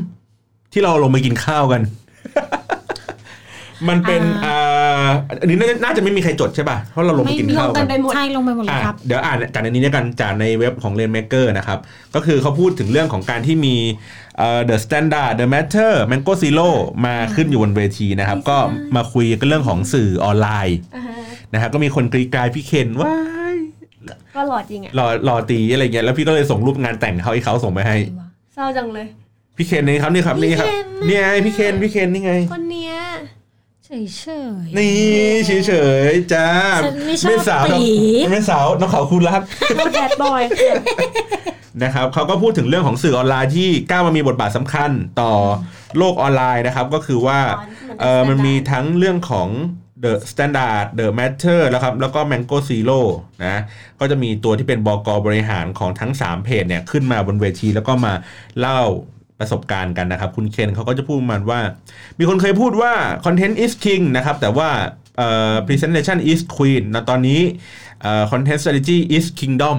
Speaker 1: 3ที่เราลงไปกินข้าวกันมันเป็นอันนี้น่าจะไม่มีใครจดใช่ป่ะเพราะเราลงไปกินข้าวกัน
Speaker 2: ใช่ลงไปหมดเลยครับ
Speaker 1: เดี๋ยวอ่านจากในนี้กันจากในเว็บของ Rainmaker นะครับก็คือเขาพูดถึงเรื่องของการที่มีThe Standard The Matter Mango Zero มาขึ้นอยู่บนเวทีนะครับก็มาคุยกันเรื่องของสื่อออนไลน์นะครับก็มีคนกรี๊ดกรายพี่เคนว้าย
Speaker 3: ก็หล่อจริงอ่ะ
Speaker 1: หล่อตีอะไรเงี้ยแล้วพี่ก็เลยส่งรูปงานแต่งเขาให้เขาส่งไปให้
Speaker 3: เศร้าจังเลย
Speaker 1: พี่เคนนี่ครับนี่ครับนี่ครับนี่ไงพี่เคนนี่ไง
Speaker 3: คนเนี้ย
Speaker 2: เฉย
Speaker 1: นี่เฉยจ้า
Speaker 2: ไม่สาว
Speaker 1: น้องเขาคุณรัก
Speaker 3: แบดบอย
Speaker 1: นะครับเขาก็พูดถึงเรื่องของสื่อออนไลน์ที่ก้าวมามีบทบาทสำคัญต่อโลกออนไลน์นะครับก็คือว่ามันมีทั้งเรื่องของ The Standard The Matter แล้วก็ Mango Zero นะก็จะมีตัวที่เป็นบก.บริหารของทั้ง3เพจเนี่ยขึ้นมาบนเวทีแล้วก็มาเล่าประสบการณ์กันนะครับคุณเคนเขาก็จะพูดมันว่ามีคนเคยพูดว่า Content is King นะครับแต่ว่าPresentation is Queen นะตอนนี้Content Strategy is Kingdom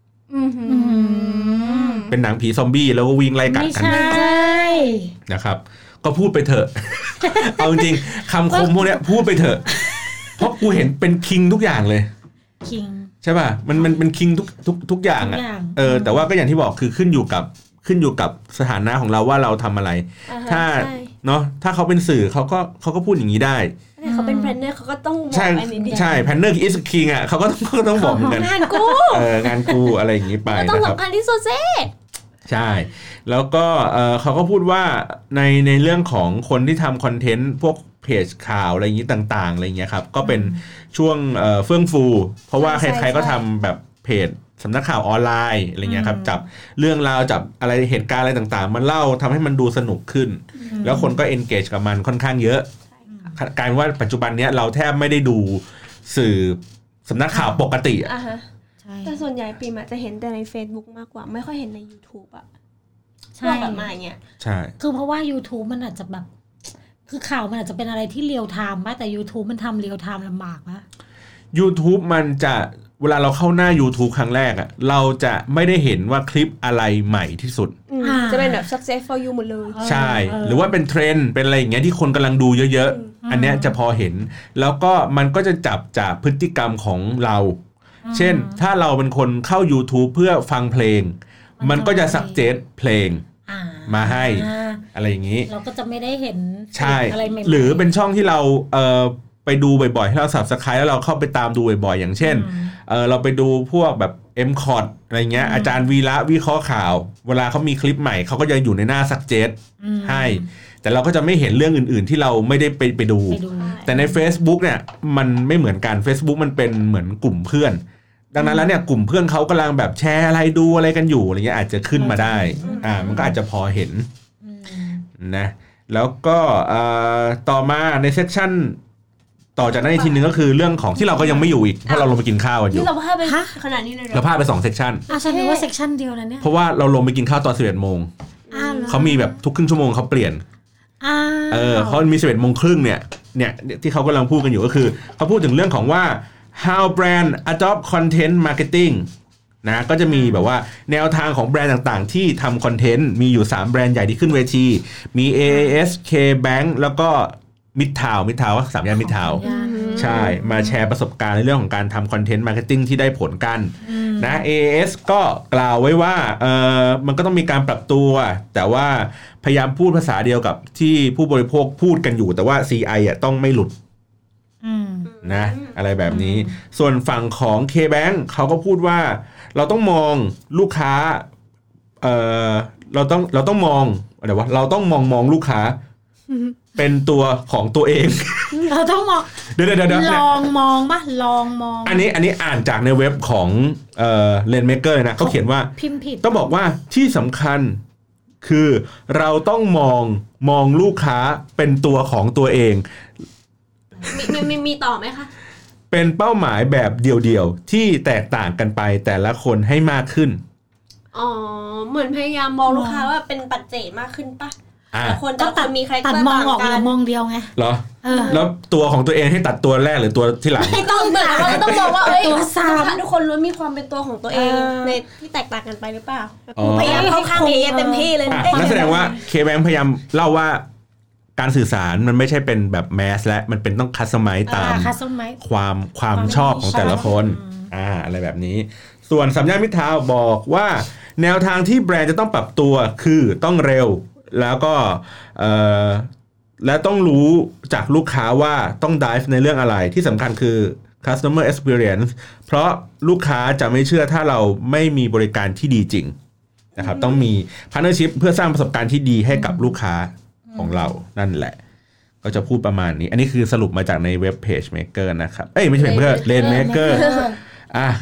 Speaker 1: เป็นหนังผีซอมบี้แล้วก็วิ่งไล่กัดกัน
Speaker 2: ไม่ใช่
Speaker 1: นะครับก็พูดไปเถอะ เอาจริงๆคำคมพวกนี้พูดไปเถอะเพราะกูเห็นเป็นคิงทุกอย่างเลย
Speaker 2: คิง
Speaker 1: ใช่ป่ะมันเป็นคิงทุกอย่างอ่ะแต่ว่าก็อย่างที่บอกคือขึ้นอยู่กับสถานะของเราว่าเราทำอะไรถ้าเนาะถ้าเขาเป็นสื่อเขาก็พูดอย่างนี้ได้
Speaker 3: เขาเป็นแพลนเนอร์เขาก็ต้องบอกอันนี้
Speaker 1: ใช่แพลนเนอร์is king อ่ะเขาก็ต้องบอกเหมือนกัน
Speaker 3: งานกู
Speaker 1: งานกูอะไรอย่างนี้ไปนะครับ
Speaker 3: ต้องสำคัญที่สุดสิ
Speaker 1: ใช่แล้วก็เขาก็พูดว่าในเรื่องของคนที่ทำคอนเทนต์พวกเพจข่าวอะไรอย่างนี้ต่างๆอะไรอย่างเงี้ยครับก็เป็นช่วงเฟื่องฟูเพราะว่าใครๆก็ทำแบบเพจสำนักข่าวออนไลน์อะไรเงี้ยครับจับเรื่องราวจับอะไรเหตุการณ์อะไรต่างๆมันเล่าทำให้มันดูสนุกขึ้นแล้วคนก็ engage กับมันค่อนข้างเยอะกลายเป็นว่าปัจจุบันนี้เราแทบไม่ได้ดูสื่อสำนักข่าวปกติ
Speaker 3: แต่ส่วนใหญ่ปีมาจะเห็นแต่ใน Facebook มากกว่าไม่ค่อยเห็นใน YouTube อ่ะใช่แบบมาอย่างเงี้ย
Speaker 1: ใช่
Speaker 2: คือเพราะว่า YouTube มันอาจจะแบบคือข่าวมันอาจจะเป็นอะไรที่เรียลไทม์ป่ะแต่ YouTube มันทำเรียลไทม์ลำบากป่ะ
Speaker 1: YouTube มันจะเวลาเราเข้าหน้า YouTube ครั้งแรกอ่ะเราจะไม่ได้เห็นว่าคลิปอะไรใหม่ที่สุด
Speaker 3: จะเป็นแบบ success for you หมดเลย
Speaker 1: ใช่หรือว่าเป็นเทรนด์เป็นอะไรอย่างเงี้ยที่คนกำลังดูเยอะๆอันเนี้ยจะพอเห็นแล้วก็มันก็จะจับจากพฤติกรรมของเราเช่นถ้าเราเป็นคนเข้า YouTube เพื่อฟังเพลงมันก็จะซักเจสเพลงมาให้อะไรอย่างนี้
Speaker 2: เราก็จะไม่ได้เห็น
Speaker 1: อะไรใหม่ๆหรือเป็นช่องที่เราไปดูบ่อยๆให้เรา Subscribe แล้วเราเข้าไปตามดูบ่อยๆอย่างเช่นเราไปดูพวกแบบ MCOT อะไรเงี้ยอาจารย์วีระวิเคราะห์ข่าวเวลาเขามีคลิปใหม่เขาก็จะอยู่ในหน้าซักเจสให้แต่เราก็จะไม่เห็นเรื่องอื่นๆที่เราไม่ได้ไปดูแต่ใน Facebook เนี่ยมันไม่เหมือนกัน Facebook มันเป็นเหมือนกลุ่มเพื่อนดังนั้นแล้วเนี่ยกลุ่มเพื่อนเขากำลังแบบแชร์อะไรดูอะไรกันอยู่อะไรเงี้ยอาจจะขึ้นมาได้มันก็อาจจะพอเห็นนะแล้วก็ต่อมาในเซสชั่นต่อจากนั้นอีกทีนึงก็คือเรื่องของที่เราก็ยังไม่อยู่อีกเพราะเราลงไปกินข้าวกันอยู่
Speaker 3: นี่เราพลาดไปขนาดนี้เลย
Speaker 1: เราพลาดไป2เซสชั่น
Speaker 2: ฉันนึกว่าเซสชั่นเดียวนะเนี่ย
Speaker 1: เพราะว่าเราลงไปกินข้าวตอน 11:00 นเขามีแบบทุกครึ่งชั่วโมงเขาเปลี่ยนเขามี 11:30 นเนี่ยที่เขากำลังพูดกันอยู่ก็คือเขาพูดถึงเรื่องของว่าhow brand adopt content marketing นะก็จะมีแบบว่าแนวทางของแบรนด์ต่างๆที่ทำคอนเทนต์มีอยู่3แบรนด์ใหญ่ที่ขึ้นเวทีมี AAS K-Bank แล้วก็Midtown ว่า3ย่าน Midtown ใช่มาแชร์ประสบการณ์ในเรื่องของการทำคอนเทนต์มาร์เก็ตติ้งที่ได้ผลกันนะ AAS ก็กล่าวไว้ว่ามันก็ต้องมีการปรับตัวแต่ว่าพยายามพูดภาษาเดียวกับที่ผู้บริโภคพูดกันอยู่แต่ว่า CI ต้องไม่หลุดนะอะไรแบบนี้ส่วนฝั่งของ K-Bank เขาก็พูดว่าเราต้องมองลูกค้าเราต้องมองอะไรวะเราต้องมองลูกค้าเป็นตัวของตัวเอง
Speaker 2: เราต้องมอง
Speaker 1: เดี๋ยว
Speaker 2: ลองมองป่ะลองมอง
Speaker 1: อันนี้อ่านจากในเว็บของRainmaker นะเขาเขียนว่า
Speaker 2: พิมพ์ผิด
Speaker 1: ต้องบอกว่าที่สำคัญคือเราต้องมองลูกค้าเป็นตัวของตัวเอง
Speaker 3: มีต่อไหมคะ
Speaker 1: เป็นเป้าหมายแบบเดี่ยวๆที่แตกต่างกันไปแต่ละคนให้มากขึ้น
Speaker 3: เหมือนพยายามมองลูกค้าว่าเป็นปัจเจกมากขึ้นป่ะแต่คนจะมีใคร
Speaker 2: ตัดมองออกหรือมองเดียวไง
Speaker 1: เหรอแล้วตัวของตัวเองให้ตัดตัวแรกหรือตัวที่หลัง
Speaker 3: ไม่ต้องเหมือนเราต้องมองว่าตัวซ้ำทุกคนล้วนมีความเป็นตัวของตัวเองในที่แตกต่างกันไปหรือเปล่าพยายามเข้าข้างเอเต็มที่เลย
Speaker 1: นั่นแสดงว่า K-Bank พยายามเล่าว่าการสื่อสารมันไม่ใช่เป็นแบบแมสและมันเป็นต้องคัสตอมไมซ์ตามความชอบของแต่ละคนอะไรแบบนี้ส่วน3ย่านมิตรทาวน์บอกว่าแนวทางที่แบรนด์จะต้องปรับตัวคือต้องเร็วแล้วก็และต้องรู้จากลูกค้าว่าต้อง dive ในเรื่องอะไรที่สำคัญคือ customer experience เพราะลูกค้าจะไม่เชื่อถ้าเราไม่มีบริการที่ดีจริงนะครับต้องมี partnership เพื่อสร้างประสบการณ์ที่ดีให้กับลูกค้าของเรานั่นแหละก็จะพูดประมาณนี้อันนี้คือสรุปมาจากในเว็บเพจ Maker นะครับไม่ใช่เพื่อ Rainmaker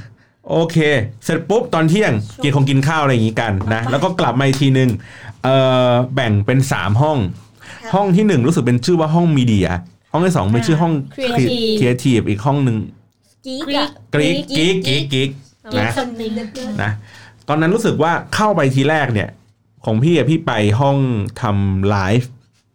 Speaker 1: โอเคเสร็จปุ๊บตอนเที่ยงกินข้าวอะไรอย่างงี้กันนะแล้วก็กลับมาอีกทีนึงแบ่งเป็น3ห้องห้องที่1รู้สึกเป็นชื่อว่าห้องมีเดียห้องที่2เป็นชื่อห้องครีเอทีฟอีกห้องนึงกิ๊กนะตอนนั้นรู้สึกว่าเข้าไปทีแรกเนี่ยของพี่ไปห้องทำไลฟ์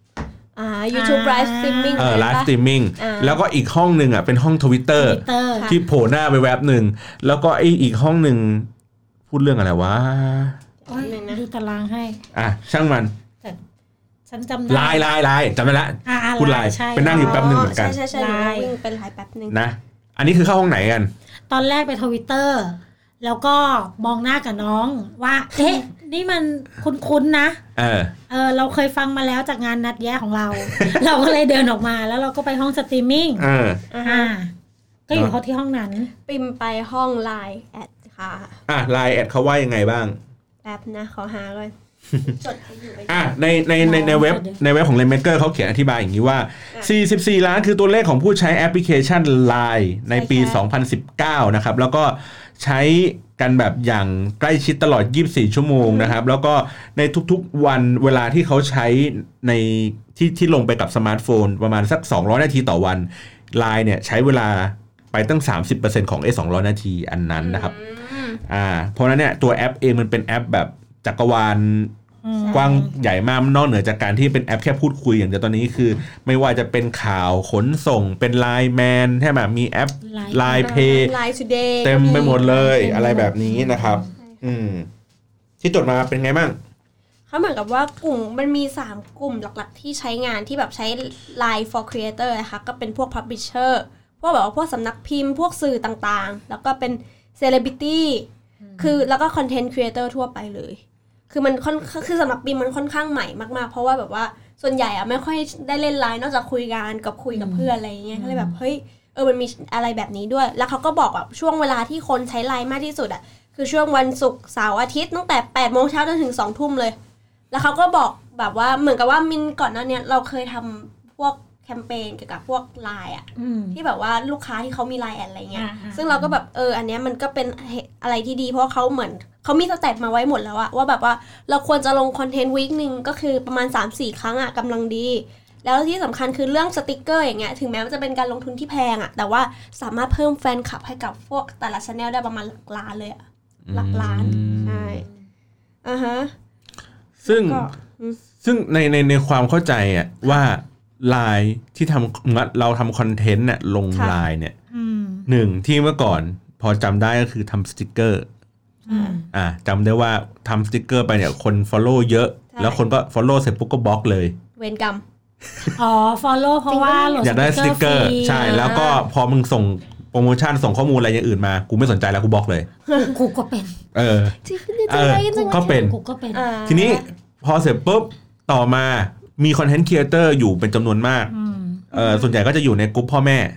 Speaker 3: YouTube Live Streaming
Speaker 1: ไลฟ์สตรีมมิ่งแล้วก็อีกห้องนึงเป็นห้อง Twitter ที่โผล่หน้าไปแวบนึงแล้วก็อีกห้องนึงพูดเรื่องอะไรวะ
Speaker 2: ดูตารางให้
Speaker 1: ช่างมัน
Speaker 2: ฉันจำได้
Speaker 1: ไลน์จำได้ละพูดไลน์เป็นนั่งอยู่แป๊บนึงเหมือนกัน
Speaker 3: ใช่วิ่งเป็นไลน์แป๊บนึง
Speaker 1: นะอันนี้คือเข้าห้องไหนกัน
Speaker 2: ตอนแรกไป Twitter แล้วก็มองหน้ากับน้องว่านี่มันคุ้นๆนะเราเคยฟังมาแล้วจากงานนัดแย้ของเรา เราก็เลยเดินออกมาแล้วเราก็ไปห้องสตรีมมิ่งก็อยู่เขาที่ห้องนั้น
Speaker 3: ปิมไปห้องไลน์แอดค่ะ
Speaker 1: ไลน์แอดเขาว่ายังไงบ้าง
Speaker 3: แป๊บนะขอหาเลยจดอยู่
Speaker 1: ในเว็บของ Rainmaker เขาเขียนอธิบายอย่างนี้ว่า44ล้านคือตัวเลขของผู้ใช้แอปพลิเคชัน LINE ในปี2019นะครับแล้วก็ใช้กันแบบอย่างใกล้ชิดตลอด24ชั่วโมงนะครับแล้วก็ในทุกๆวันเวลาที่เขาใช้ในที่ลงไปกับสมาร์ทโฟนประมาณสัก200นาทีต่อวัน LINE เนี่ยใช้เวลาไปตั้ง 30% ของ200นาทีอันนั้นนะครับเพราะนั้นเนี่ยตัวแอปเองมันเป็นแอปแบบจักรวาลกว้างใหญ่มากนอกเหนือจากการที่เป็นแอปแค่พูดคุยอย่างเดียวตอนนี้คือไม่ว่าจะเป็นข่าวขนส่งเป็น Line Man ใช่ไหมมีแอป Line Pay เต็มไปหมดเลยอะไรแบบนี้นะครับที่จดมาเป็นไงบ้าง
Speaker 3: เขาเหมือนกับว่ากลุ่มมันมี3กลุ่มหลักๆที่ใช้งานที่แบบใช้ Line for Creator นะคะก็เป็นพวก Publisher พวกแบบว่าพวกสำนักพิมพ์พวกสื่อต่างๆแล้วก็เป็น Celebrity คือแล้วก็ Content Creator ทั่วไปเลยคือมันคือสำหรับปิมมันค่อนข้างใหม่มากๆเพราะว่าแบบว่าส่วนใหญ่ไม่ค่อยได้เล่นไลน์นอกจากคุยกันกับคุยกับเพื่อนอะไรอย่างเงี้ยก็เลยแบบเฮ้ยมันมีอะไรแบบนี้ด้วยแล้วเขาก็บอกแบบช่วงเวลาที่คนใช้ไลน์มากที่สุดคือช่วงวันศุกร์เสาร์อาทิตย์ตั้งแต่8 โมงเช้าจนถึง2 ทุ่มเลยแล้วเขาก็บอกแบบว่าเหมือนกับว่ามินก่อนหน้านี้เราเคยทำพวกแคมเปญเกี่ยวกับพวกไลน์ที่แบบว่าลูกค้าที่เขามีไลน์แอดอะไรเงี้ยซึ่งเราก็แบบอันเนี้ยมันก็เป็นอะไรที่ดีเพราะเขาเหมือนเขามีสเต็ปมาไว้หมดแล้วว่าแบบว่าเราควรจะลงคอนเทนต์วีคนึงก็คือประมาณ 3-4 ครั้งกำลังดีแล้วที่สำคัญคือเรื่องสติกเกอร์อย่างเงี้ยถึงแม้ว่าจะเป็นการลงทุนที่แพงแต่ว่าสามารถเพิ่มแฟนคลับให้กับพวกแต่ละ channel ได้ประมาณหลักล้านเลยหลักล้านใช่
Speaker 1: ซึ่งในความเข้าใจว่าไลน์ที่เราทำคอนเทนต์เนี่ยลงไลน์เนี่ย1ที่เมื่อก่อนพอจำได้ก็คือทำสติกเกอร์จำได้ว่าทำสติกเกอร์ไปเนี่ยคน follow เยอะแล้วคนก็ follow เสร็จปุ๊บก็บล็อกเลย
Speaker 3: เวรกรรม
Speaker 2: follow เพราะว่า
Speaker 1: อยากได้สติกเกอร์ใช่แล้วก็พอมึงส่งโปรโมชั่นส่งข้อมูลอะไรอย่างอื่นมากูไม่สนใจแล้วกูบล็อกเลย
Speaker 2: กูก็เป็น
Speaker 1: ก็เป็นทีนี้พอเสร็จปุ๊บต่อมามีคอนเทนต์ครีเอเตอร์อยู่เป็นจำนวนมากส่วนใหญ่ก็จะอยู่ในกลุ่มพ่อแม่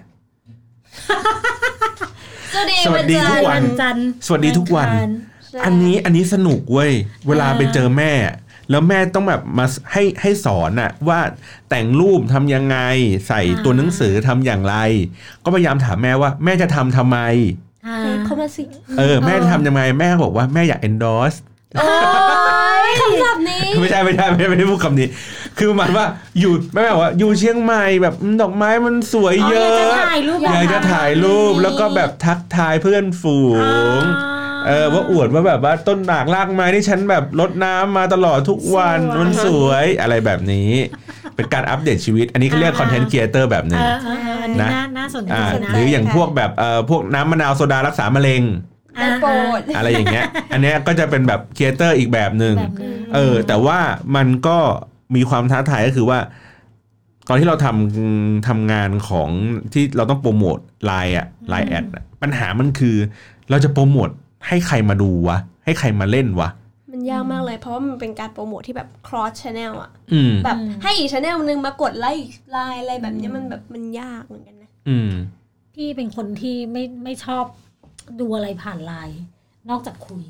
Speaker 1: สวัสดีทุกวันสวัสดีทุกวันอันนี้สนุกเว้ยเวลาไปเจอแม่แล้วแม่ต้องแบบมาให้สอนว่าแต่งรูปทำยังไงใส่ตัวหนังสือทำอย่างไรก็พยายามถามแม่ว่าแม่จะทำไม
Speaker 3: เข้ามาสิ
Speaker 1: แม่ทำยังไงแม่บอกว่าแม่อยาก endorse
Speaker 3: คำศัพท์นี้
Speaker 1: ไม่ได้พูดคำนี้คือหมายว่าอยู่แม่บอกว่าอยู่เชียงใหม่แบบดอกไม้มันสวยเยอะอยากจะถ่ายรูปแล้วก็แบบทักทายเพื่อนฝูงว่าอวดว่าแบบว่าต้นหมากรากไม้ที่ฉันแบบรดน้ำมาตลอดทุกวันมันสวยอะไรแบบนี้เป็นการอัปเดตชีวิตอันนี้เขาเรียกคอนเทนต์ครีเอเตอร์แบบนึง
Speaker 2: นะน่าสนใจ
Speaker 1: หรืออย่างพวกแบบพวกน้ำมะนาวโซดารักษามะเร็งอะไรอย่างเงี้ยอันนี้ก็จะเป็นแบบครีเอเตอร์อีกแบบนึงแต่ว่ามันก็มีความท้าทายก็คือว่าตอนที่เราทำงานของที่เราต้องโปรโมทไลน์แอดปัญหามันคือเราจะโปรโมทให้ใครมาดูวะให้ใครมาเล่นวะ
Speaker 3: มันยากมากเลยเพราะว่ามันเป็นการโปรโมทที่แบบ cross channel แบบให้อีก channel นึงมากดไลค์อะไรแบบนี้มันแบบมันยากเหมือนกันนะ
Speaker 2: พี่เป็นคนที่ไม่ชอบดูอะไรผ่านไลน์นอกจากคุย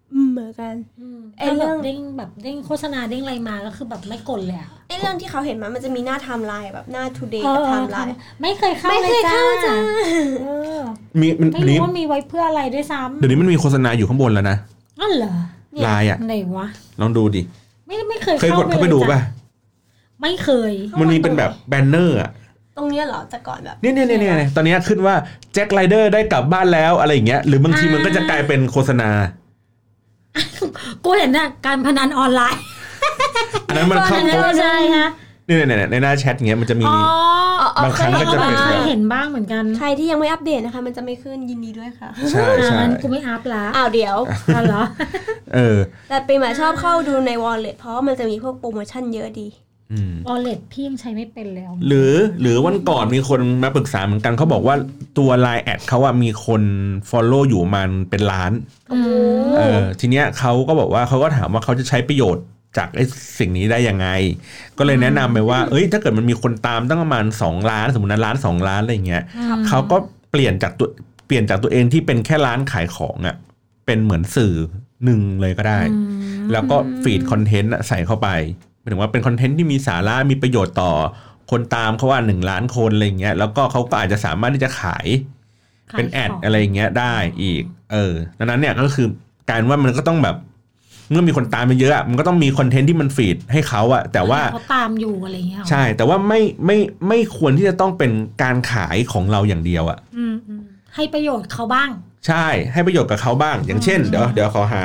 Speaker 3: เหมือนกันไอ้
Speaker 2: ถ้าแบ
Speaker 3: เรื่อบ ง
Speaker 2: เด้งโฆษณาเด้งอะไรมาก็คือแบบไม่กดเลยอะ
Speaker 3: ไอ้เรื่องที่เขาเห็นมันจะมีหน้าไทม์ไลน์แบบหน้า today กับไทม์ไลน์
Speaker 2: ไม่เคยเข้า
Speaker 3: ไม่
Speaker 2: เล
Speaker 3: เค
Speaker 2: ย
Speaker 3: ยเข้าจ้า
Speaker 1: มีมัน
Speaker 2: ไม่รู้ว่ามีไว้เพื่ออะไรด้วยซ้ำ
Speaker 1: เดี๋ยวนี้มันมีโฆษณาอยู่ข้างบนแล้วนะ
Speaker 2: อ๋อเหรอ
Speaker 1: ไลน์อ่ะ
Speaker 2: ไหนวะ
Speaker 1: ลองดูดิ
Speaker 2: ไม่เคย
Speaker 1: เคยกดเข้าไปดูป่ะ
Speaker 2: ไม่เคย
Speaker 1: มันมีเป็นแบบแบนเนอร์อ่ะ
Speaker 3: ตรงเนี้ยเหรอแต่ก่อนแบบ
Speaker 1: เนี่ยตอนนี้ขึ้นว่าแจ็คไรเดอร์ได้กลับบ้านแล้วอะไรอย่างเงี้ยหรือบางทีมันก็จะกลายเป็นโฆษณา
Speaker 2: กูเห็นน่ะการพนันออนไลน์
Speaker 1: อันนั้นมันเข้า
Speaker 2: ใช่ฮะ
Speaker 1: เนี่ยในหน้าแชทเงี้ยมันจะมี บางครั้งก็จะเป็น
Speaker 2: เคยเห็นบ้างเหมือนกัน
Speaker 3: ใครที่ยังไม่อัปเดตนะคะมันจะไม่ขึ้นยินดีด้วยค่ะ
Speaker 1: ใช่ใช่
Speaker 2: งั้นกูไม่อัพละ
Speaker 3: อ้าวเดี๋ยว
Speaker 2: อ๋อเหรอ
Speaker 3: แต่ปีใหม่ชอบเข้าดูใน wallet เพราะว่ามันจะมีพวกโปรโมชั่นเยอะดี
Speaker 2: wallet พี่ยังใช้ไม่เป็นแล้ว
Speaker 1: หรือวันก่อนมีคนมาปรึกษาเหมือนกันเขาบอกว่าตัว Line แอดเขาอะมีคน follow อยู่มันเป็นล้าน ทีเนี้ยเขาก็บอกว่าเขาก็ถามว่าเขาจะใช้ประโยชน์จากไอ้สิ่งนี้ได้ยังไงก็เลยแนะนำไปว่าเอ้ยถ้าเกิดมันมีคนตามตั้งประมาณ2ล้านสมมุตินะ1-2 ล้านอะไรอย่างเงี้ยเขาก็เปลี่ยนจากตัวเองที่เป็นแค่ร้านขายของอะเป็นเหมือนสื่อหนึ่งเลยก็ได้แล้วก็ฟีดคอนเทนต์ใส่เข้าไปหมายถึงว่าเป็นคอนเทนต์ที่มีสาระมีประโยชน์ต่อคนตามเขาว่า1 ล้านคนอะไรเงี้ยแล้วก็เขาก็อาจจะสามารถที่จะขายเป็นแอดอะไรเงี้ยได้อีกดังนั้นเนี่ยก็คือการว่ามันก็ต้องแบบเมื่อมีคนตามมันเยอะมันก็ต้องมีคอนเทนต์ที่มันฟีดให้เขาอะแต่ว่า
Speaker 2: เขาตามอยู่อะไรเงี้ย
Speaker 1: ใช่แต่ว่าไม่ควรที่จะต้องเป็นการขายของเราอย่างเดียวอะ
Speaker 2: ให้ประโยชน์เขาบ้าง
Speaker 1: ใช่ให้ประโยชน์กับเขาบ้างอย่างเช่นเดี๋ยวขอหา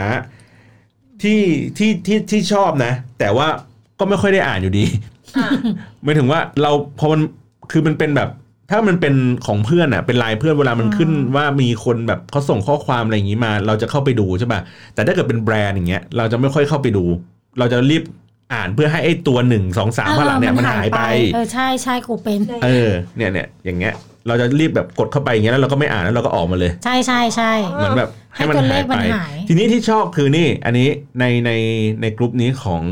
Speaker 1: ที่ชอบนะแต่ว่าก็ไม่ค่อยได้อ่านอยู่ดีหมายถึงว่าเราพอมันคือมันเป็นแบบถ้ามันเป็นของเพื่อนอ่ะเป็นไลน์เพื่อนเวลามันขึ้นว่ามีคนแบบเขาส่งข้อความอะไรอย่างนี้มาเราจะเข้าไปดูใช่ป่ะแต่ถ้าเกิดเป็นแบรนด์อย่างเงี้ยเราจะไม่ค่อยเข้าไปดูเราจะรีบอ่านเพื่อให้ไอ้ตัว1 2 3ข้างหลังเนี่ยมันหายไป
Speaker 2: ใช่กูเป็น
Speaker 1: เนี่ยอย่างเงี้ยเราจะรีบแบบกดเข้าไปอย่างเงี้ยแล้วเราก็ไม่อ่านแล้วเราก็ออกมาเลย
Speaker 2: ใช่
Speaker 1: เหมือนแบบให้มันหายไปทีนี้ที่ชอบคือนี่อันนี้ในกลุ่มนี้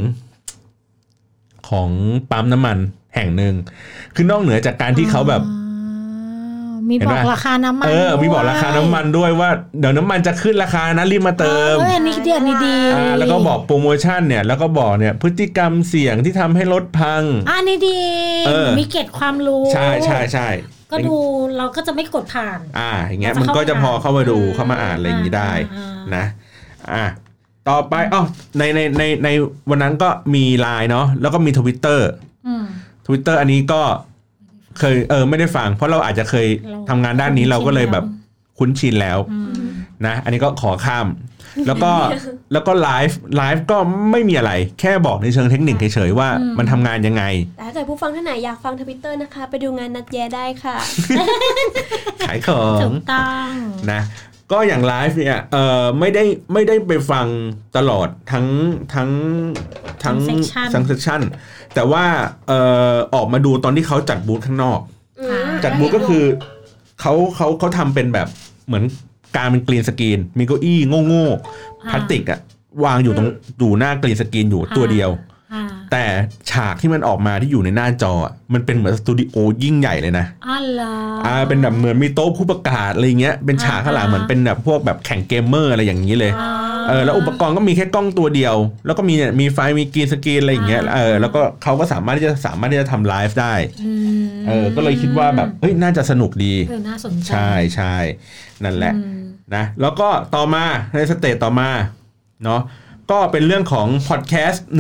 Speaker 1: ของปั๊มน้ำมันแห่งหนึ่งคือนอกเหนือจากการที่เขาแบบ
Speaker 2: มีบอกราคาน้ำมัน
Speaker 1: มีบอกราคาน้ำมันด้วยว่าเดี๋ยวน้ำมันจะขึ้นราคานะรีบมาเติม
Speaker 2: อันนี้ดี
Speaker 1: แล้วก็บอกโปรโมชั่นเนี่ยแล้วก็บอกเนี่ยพฤติกรรมเสี่ยงที่ทำให้รถพัง
Speaker 2: อันนี้ดีมีเกร็ดความรู้
Speaker 1: ใช่
Speaker 2: ก็ดูเราก็จะไม่กดผ่าน
Speaker 1: อย่างเงี้ยมันก็จะพอเข้ามาดูเข้ามาอ่านอะไรอย่างนี้ได้นะต่อไปในวันนั้นก็มี LINE เนาะแล้วก็มี Twitter อันนี้ก็เคยไม่ได้ฟังเพราะเราอาจจะเคยทำงานด้านนี้เราก็เลยแบบคุ้นชินแล้วนะอันนี้ก็ขอข้ามแล้วก็ไลฟ์ก็ไม่มีอะไรแค่บอกในเชิงเทคนิคเฉยๆว่ามันทำงานยังไง
Speaker 3: แต่ถ้าเกิดผู้ฟังท่านไหนอยากฟัง Twitter นะคะไปดูงานนัดแย้ได้ค่ะ
Speaker 1: ขายของ
Speaker 2: ถูกต้อง
Speaker 1: นะก็อย่างไลฟ์เนี่ยไม่ได้ไปฟังตลอดทั้งเซสชั่นแต่ว่าออกมาดูตอนที่เขาจัดบูธข้างนอกจัดบูธก็คือเขาทำเป็นแบบเหมือนการเป็นกรีนสกรีนมีเก้าอี้โง่พลาสติกอะวางอยู่อยู่หน้ากรีนสกรีนอยู่ตัวเดียวแต่ฉากที่มันออกมาที่อยู่ในหน้าจอมันเป็นเหมือนสตูดิโอยิ่งใหญ่เลยนะเป็นแบบเหมือนมีโต๊ะผู้ประกาศอะไรเงี้ยเป็นฉากข้างหลังเหมือนเป็นแบบพวกแบบแข่งเกมเมอร์อะไรอย่างนี้เลยแล้วอุปกรณ์ก็มีแค่กล้องตัวเดียวแล้วก็มีไฟมีกรีนสกรีนอะไรอย่างเงี้ยแล้วก็เขาก็สามารถที่จะทำไลฟ์ได้ก็เลยคิดว่าแบบเฮ้ยน่าจะสนุกดี
Speaker 2: น่าสนใจ
Speaker 1: ใช่นั่นแหละนะแล้วก็ต่อมาในสเตจต่อมาเนาะก็เป็นเรื่องของพอดแคสต์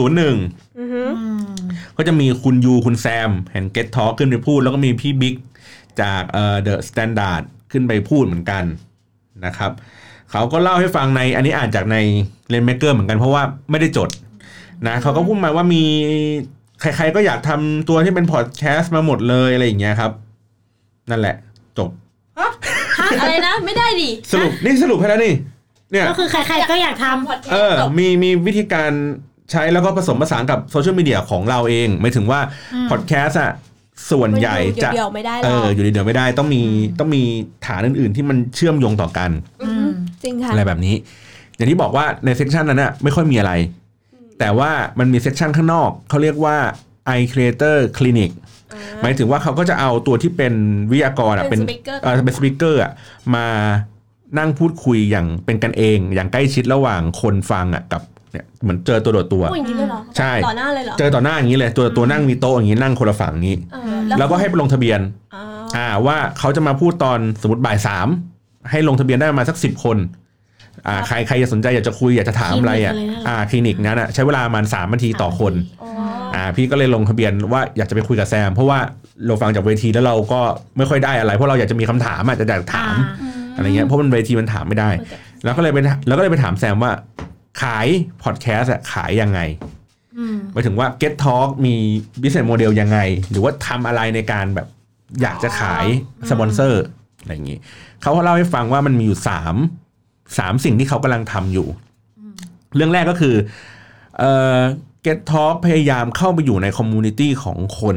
Speaker 1: 101ก็จะมีคุณยูคุณแซมแห่ง Get Talk ขึ้นไปพูดแล้วก็มีพี่บิ๊กจากThe Standard ขึ้นไปพูดเหมือนกันนะครับเขาก็เล่าให้ฟังในอันนี้อ่านจากใน Rainmaker เหมือนกันเพราะว่าไม่ได้จดนะเขาก็พูดมาว่ามีใครๆก็อยากทำตัวที่เป็นพอดแคสต์มาหมดเลยอะไรอย่างเงี้ยครับนั่นแหละจบ
Speaker 3: อะไรนะไม่ได้ดิ
Speaker 1: สรุปให้แล้วนี่เนี่ย
Speaker 2: ก็คือใครๆก็อยากท
Speaker 1: ำมีวิธีการใช้แล้วก็ผสมผสานกับโซเชียลมีเดียของเราเองหมายถึงว่าพอดแคสต์ส่วนใหญ่จะอยู่เดียวไม่ได้ต้องมีฐานอื่นๆที่มันเชื่อมโยงต่อกัน
Speaker 3: จริงค่ะ
Speaker 1: อะไรแบบนี้อย่างที่บอกว่าในเซกชันนั้นน่ะไม่ค่อยมีอะไรแต่ว่ามันมีเซกชันข้างนอกเขาเรียกว่า iCreator Clinic หมายถึงว่าเขาก็จะเอาตัวที่เป็นวิทยากรเป็นสปีกเกอร์นั่งพูดคุยอย่างเป็นกันเองอย่างใกล้ชิดระหว่างคนฟังอ่ะกับเนี่ยเหมือนเจอตัวต่อตัว
Speaker 3: พูดอย่างนี้เลยเหรอ
Speaker 1: ใช่
Speaker 3: ต่อหน้าเลยเหรอ
Speaker 1: เจอต่อหน้าอย่างนี้เลยตัวนั่งมีโต๊ะอย่างนี้นั่งคนละฝั่งนี้แล้วก็ให้ไปลงทะเบียนว่าเขาจะมาพูดตอนสมมติบ่าย 3ให้ลงทะเบียนได้ประมาณสัก10 คนใครสนใจอยากจะคุยอยากจะถามอะไรคลินิกนั้นใช้เวลาประมาณ3 นาทีต่อคนพี่ก็เลยลงทะเบียนว่าอยากจะไปคุยกับแซมเพราะว่าเราฟังจากเวทีแล้วเราก็ไม่ค่อยได้อะไรเพราะเราอยากจะมีคำถามจะอยากถามอะไรเงี้ยเพราะมันเวทีมันถามไม่ได้แล้วก็เลยไปถามแซมว่าขายพอดแคสต์ขายยังไงหมายถึงว่า Get Talk มี business model ยังไงหรือว่าทำอะไรในการแบบอยากจะขายสปอนเซอร์อะไรอย่างงี้เขาเล่าให้ฟังว่ามันมีอยู่3สิ่งที่เขากำลังทำอยู่เรื่องแรกก็คือGet Talk พยายามเข้าไปอยู่ในคอมมูนิตี้ของคน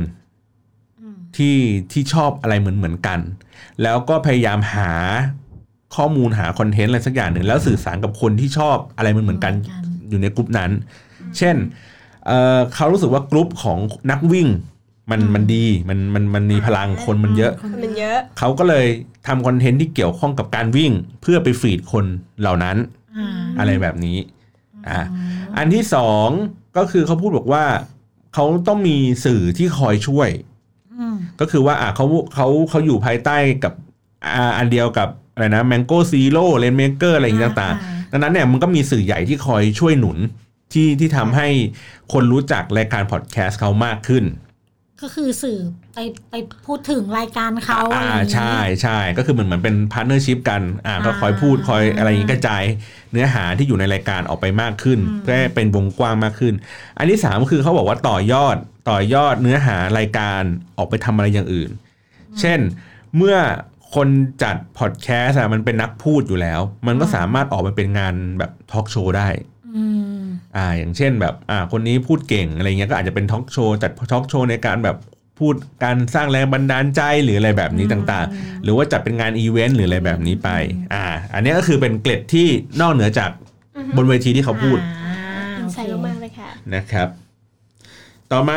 Speaker 1: ที่ชอบอะไรเหมือนกันแล้วก็พยายามหาข้อมูลหาคอนเทนต์อะไรสักอย่างหนึ่งแล้วสื่อสารกับคนที่ชอบอะไรเหมือนกันอยู่ในกลุ่มนั้นเช่นเขารู้สึกว่ากลุ่มของนักวิ่งมันดีมันมีพลังคนมันเยอะเขาก็เลยทำคอนเทนต์ที่เกี่ยวข้องกับการวิ่งเพื่อไปฟีดคนเหล่านั้นอะไรแบบนี้อันที่2ก็คือเขาพูดบอกว่าเขาต้องมีสื่อที่คอยช่วยก็คือว่าเขาอยู่ภายใต้กับอันเดียวกับอะไรนะ Mango Zero Rainmaker อะไรอย่างต่างๆดังนั้นเนี่ยมันก็มีสื่อใหญ่ที่คอยช่วยหนุนที่ทำให้คนรู้จักรายการพอดแคสต์เขามากขึ้น
Speaker 2: ก็คือสื่อไปพูดถึงรายการเขาอะไรอย่างนี้
Speaker 1: ใช่ก็คือเหมือนเป็นพาร์ทเนอร์ชิพกันก็คอยพูดคอยอะไรอย่างนี้กระจายเนื้อหาที่อยู่ในรายการออกไปมากขึ้นเพื่อเป็นวงกว้างมากขึ้นอันที่3ก็คือเขาบอกว่าต่อยอดเนื้อหารายการออกไปทำอะไรอย่างอื่นเช่นเมื่อคนจัดพอดแคสต์มันเป็นนักพูดอยู่แล้วมันก็สามารถออกมาเป็นงานแบบทอล์กโชว์ได้อย่างเช่นแบบคนนี้พูดเก่งอะไรเงี้ยก็อาจจะเป็นทอล์กโชว์จัดทอล์กโชว์ในการแบบพูดการสร้างแรงบันดาลใจหรืออะไรแบบนี้ต่างๆหรือว่าจัดเป็นงานอีเวนต์หรืออะไรแบบนี้ไปอันนี้ก็คือเป็นเกร็ดที่นอกเหนือจากบนเวทีที่เขาพูด
Speaker 3: ใช่มากเลยค่ะ
Speaker 1: นะครับต่อมา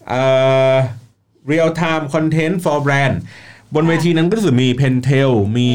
Speaker 1: real time content for brand บนเวทีนั้นก็จะมี Pentel มี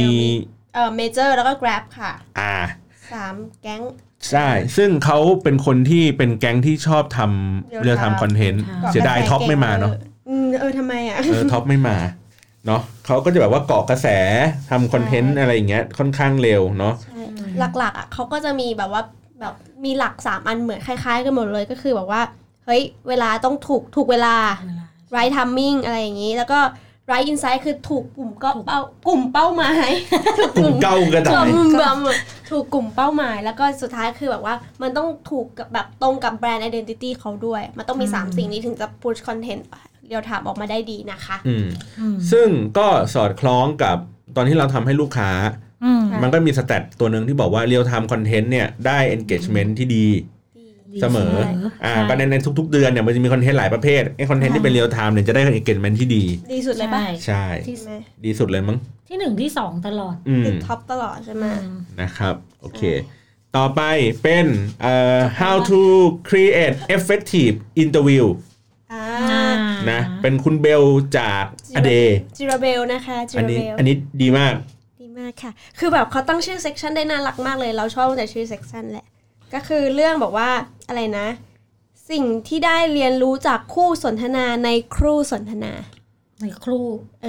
Speaker 3: Major แล้วก็ Grab ค่ะ3แก๊ง
Speaker 1: ใช่ซึ่งเขาเป็นคนที่เป็นแก๊งที่ชอบทำreal time content เสียดายท็อปไม่มาเนาะ
Speaker 3: ทำไม
Speaker 1: ท็อปไม่มาเนาะเขาก็จะแบบว่าเกาะกระแสทำคอนเทนต์อะไรอย่างเงี้ยค่อนข้างเร็วเนาะ
Speaker 3: หลักๆเขาก็จะมีแบบว่าแบบมีหลัก3อันเหมือนคล้ายๆกันหมดเลยก็คือแบบว่าเฮ้ยเวลาต้องถูกเวลา right timing อะไรอย่างงี้แล้วก็ right insight คือถูกกลุ่มเป้าหมาย
Speaker 1: กลุ่มเก้าก็ได้
Speaker 3: ถูกกลุ่มเป้าหมายแล้วก็สุดท้ายคือแบบว่ามันต้องถูกกับแบบตรงกับแบรนด์ identity เขาด้วยมันต้องมี3สิ่งนี้ถึงจะ push content เรียลไทม์ออกมาได้ดีนะคะ
Speaker 1: ซึ่งก็สอดคล้องกับตอนที่เราทำให้ลูกค้ามันก็มีสแตทตัวหนึ่งที่บอกว่า real time content เนี่ยได้ engagement ที่ดีเสมอก็ในทุกๆเดือนเนี่ยมันจะมีคอนเทนต์หลายประเภทไอ้คอนเทนต์ที่เป็น real time เนี่ยจะได้ engagement ที่ดี
Speaker 3: สุดเลยป่ะ
Speaker 1: ใช่ดีสุดเลยมั้ง
Speaker 2: ที่1ที่2ตลอด
Speaker 3: ติดท็อปตลอดใช่ไหม
Speaker 1: นะครับโอเคต่อไปเป็นhow to create effective interviewนะเป็นคุณเบลจากอเด
Speaker 3: จิราเบลนะคะ
Speaker 1: อันนี้ดีมาก
Speaker 3: ค่ะคือแบบเขาตั้งชื่อเซกชันได้น่ารักมากเลยเราชอบแต่ชื่อเซกชันแหละก็คือเรื่องบอกว่าอะไรนะสิ่งที่ได้เรียนรู้จากคู่สนทนาในครู่สนทนา
Speaker 2: ในครู่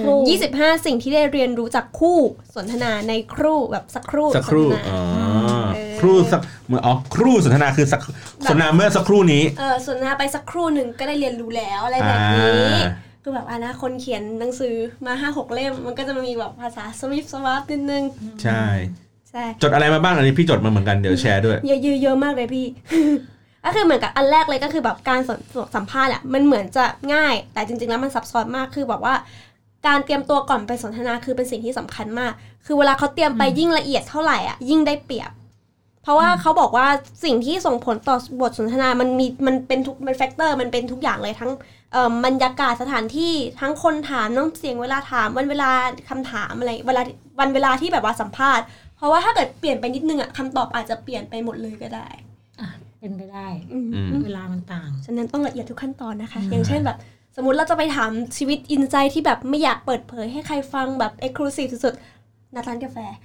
Speaker 3: 25สิ่งที่ได้เรียนรู้จากคู่สนทนาในครู่แบบสักครู่
Speaker 1: สนทนาครู่สักครู่สนทนาคือสนทนาเมื่อสักครู่นี้
Speaker 3: สนทนาไปสักครู่นึงก็ได้เรียนรู้แล้วอะไรแบบนี้คือแบบนะคนเขียนหนังสือมา 5-6 เล่มมันก็จะมีแบบภาษาสวิฟต์สวับนิดนึง
Speaker 1: ใช่จดอะไรมาบ้างอันนี้พี่จดมาเหมือนกันเดี๋ยวแชร์ด้วย
Speaker 3: เยอะมากเลยพี่ ก็คือเหมือนกับอันแรกเลยก็คือแบบการสัมภาษณ์มันเหมือนจะง่ายแต่จริงๆแล้วมันซับซ้อนมากคือแบบว่าการเตรียมตัวก่อนไปสนทนาคือเป็นสิ่งที่สำคัญมากคือเวลาเขาเตรียมไปยิ่งละเอียดเท่าไหร่ยิ่งได้เปรียบเพราะว่าเขาบอกว่าสิ่งที่ส่งผลต่อบทสนทนามันเป็นทุกมันแฟกเตอร์มันเป็นทุกอย่างเลยทั้งบรรยากาศสถานที่ทั้งคนถามน้ำเสียงเวลาถามวันเวลาคำถามอะไรวันเวลาที่แบบว่าสัมภาษณ์เพราะว่าถ้าเกิดเปลี่ยนไปนิดนึงคำตอบอาจจะเปลี่ยนไปหมดเลยก็ได้
Speaker 2: เป็นไปได้เวลามันต่าง
Speaker 3: ฉะนั้นต้องละเอียดทุกขั้นตอนนะคะอย่างเช่นแบบสมมุติเราจะไปถามชีวิตอินไซต์ที่แบบไม่อยากเปิดเผยให้ใครฟังแบบเอ็กซ์คลูซีฟสุดๆนัดร้านกาแฟ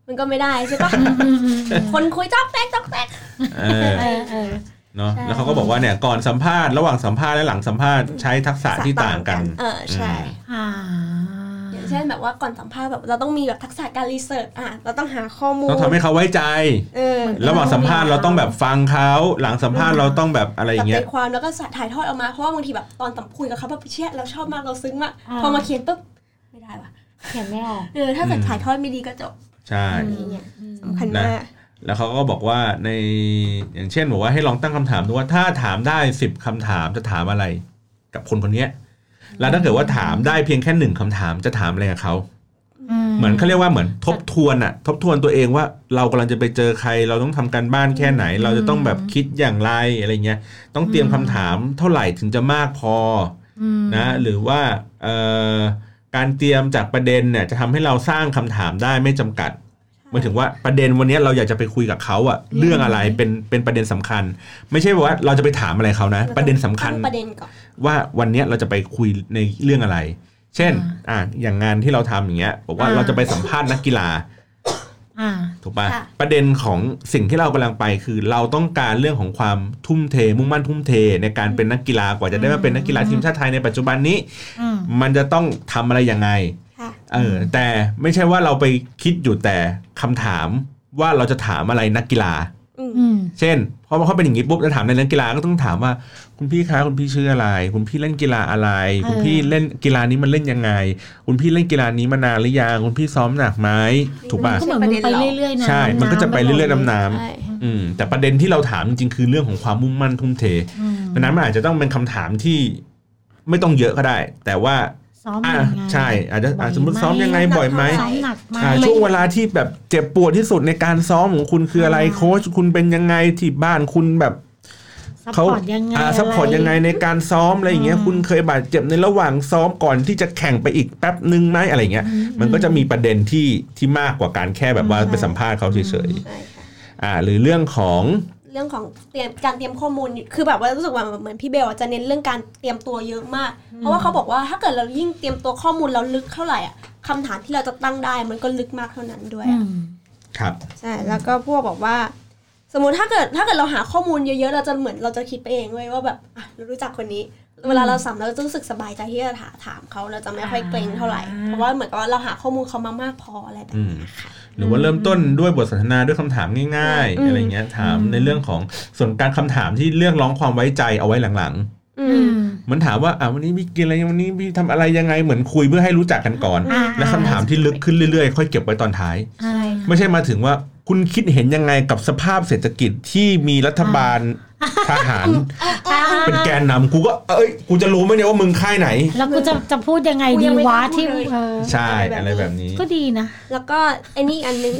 Speaker 3: มันก็ไม่ได้ใช่ปะคนคุยจ๊อกแต๊ก
Speaker 1: เนาะแล้วเขาก็บอกว่าเนี่ยก่อนสัมภาษณ์ระหว่างสัมภาษณ์และหลังสัมภาษณ์ใช้ทักษะที่ต่างกัน
Speaker 3: ใช่อย่างเช่นแบบว่าก่อนสัมภาษณ์แบบเราต้องมีแบบทักษะการรีเสิร์ชเราต้องหาข้อมูล
Speaker 1: ต้องทำให้เขาไว้ใจระหว่างสัมภาษณ์เราต้องแบบฟังเขาหลังสัมภาษณ์เราต้องแบบอะไรอย่างเงี้ย
Speaker 3: จับใจความแล้วก็ถ่ายทอดออกมาเพราะว่าบางทีแบบตอนสัมภาษณ์คุยกับเขาแบบเชี่ยเราชอบมากเราซึ้งมากพอมาเขียนปุ๊บไม่ได้ว่ะ
Speaker 2: เขียนไม่ออก
Speaker 3: ถ้าเกิดถ่ายทอดไม่ดีก็จบ
Speaker 1: ใช่
Speaker 3: สำคัญมาก
Speaker 1: แล้วเขาก็บอกว่าในอย่างเช่นบอกว่าให้ลองตั้งคำถามดูว่าถ้าถามได้10คำถามจะถามอะไรกับคนคนนี้แล้วถ้าเกิดว่าถามได้เพียงแค่1คำถามจะถามอะไรกับเขาเหมือนเขาเรียกว่าเหมือนทบทวนตัวเองว่าเรากำลังจะไปเจอใครเราต้องทำการบ้านแค่ไหนเราจะต้องแบบคิดอย่างไรอะไรเงี้ยต้องเตรียมคำถามเท่าไหร่ถึงจะมากพอนะหรือว่าการเตรียมจากประเด็นเนี่ยจะทำให้เราสร้างคำถามได้ไม่จำกัดหมายถึงว่าประเด็นวันนี้เราอยากจะไปคุยกับเขาอะเรื่องอะไรเป็นประเด็นสำคัญไม่ใช่ว่าเราจะไปถามอะไรเขานะประเด็นสำคัญว่าวันนี้เราจะไปคุยในเรื่องอะไรเช่นอย่างงานที่เราทำอย่างเงี้ยบอกว่าเราจะไปสัมภาษณ์นักกีฬาถูกป่ะประเด็นของสิ่งที่เรากำลังไปคือเราต้องการเรื่องของความทุ่มเทมุ่งมั่นทุ่มเทในการเป็นนักกีฬากว่าจะได้มาเป็นนักกีฬาทีมชาติไทยในปัจจุบันนี้มันจะต้องทำอะไรยังไงแต่ไม่ใช่ว่าเราไปคิดอยู่แต่คำถามว่าเราจะถามอะไรนักกีฬาเช่นพอเขาเป็นอย่างนี้ปุ๊บจะถามในเรื่องกีฬาก็ต้องถามว่าคุณพี่คะคุณพี่ชื่ออะไรคุณพี่เล่นกีฬาอะไรคุณพี่เล่นกีฬานี้มันเล่นยังไงคุณพี่เล่นกีฬานี้มานานหรือยังคุณพี่ซ้อมหนักไหมถูกป่ะ
Speaker 2: ก็เหมือนมันไปเรื่อยๆ
Speaker 1: ใช่มันก็จะไปเรื่อยๆน้ำแต่ประเด็นที่เราถามจริงๆคือเรื่องของความมุ่งมั่นทุ่มเทดังนั้นมันอาจจะต้องเป็นคำถามที่ไม่ต้องเยอะก็ได้แต่ว่าใช่อาจจะสมมติซ้อมยังไงบ่อยไหมช่วงเวลาที่แบบเจ็บปวดที่สุดในการซ้อมของคุณคืออะไรโค้ชคุณเป็นยังไงที่บ้านคุณแบบเขาซัพพอร์ตยังไงในการซ้อมอะไรอย่างเงี้ยคุณเคยบาดเจ็บในระหว่างซ้อมก่อนที่จะแข่งไปอีกแป๊บนึงไหมอะไรเงี้ยมันก็จะมีประเด็นที่มากกว่าการแค่แบบว่าไปสัมภาษณ์เขาเฉยๆหรือเรื่องของ
Speaker 3: การเตรียมข้อมูลคือแบบว่ารู้สึกว่าเหมือนพี่เบลจะเน้นเรื่องการเตรียมตัวเยอะมากเพราะว่าเขาบอกว่าถ้าเกิดเรายิ่งเตรียมตัวข้อมูลเราลึกเท่าไหร่คำถามที่เราจะตั้งได้มันก็ลึกมากเท่านั้นด้วย
Speaker 1: ครับ
Speaker 3: ใช่แล้วก็พวกบอกว่าสมมุติถ้าเกิดเราหาข้อมูลเยอะๆเราจะเหมือนเราจะคิดไปเองเว้ยว่าแบบเรารู้จักคนนี้เวลาเราสัมเราจะรู้สึกสบายใจที่จะถามเขาเราจะไม่ค่อยเกรงเท่าไหร่เพราะว่าเหมือนกับว่าเราหาข้อมูลเขามามากพออะไรแบบนี้ค่ะ
Speaker 1: หรือว่าเริ่มต้นด้วยบทสนทนาด้วยคำถามง่ายๆอะไรเงี้ยถามในเรื่องของส่วนการคำถามที่เรียกร้องความไว้ใจเอาไว้หลังๆมันถามว่าวันนี้พี่กินอะไรวันนี้พี่ทำอะไรยังไงเหมือนคุยเพื่อให้รู้จักกันก่อนและคำถามที่ลึกขึ้นเรื่อยๆค่อยเก็บไว้ตอนท้ายไม่ใช่มาถึงว่าคุณคิดเห็นยังไงกับสภาพเศรษฐกิจที่มีรัฐบาลทหารเป็นแกนนำกูก็กูจะรู้ไหมเนี่ยว่ามึงค่ายไหน
Speaker 2: แล้วกูจะพูดยังไงดีวะที่
Speaker 1: ใช่อะไรแบบนี้
Speaker 2: ก็ดีนะ
Speaker 3: แล้วก็ไอ้นี่อันนึง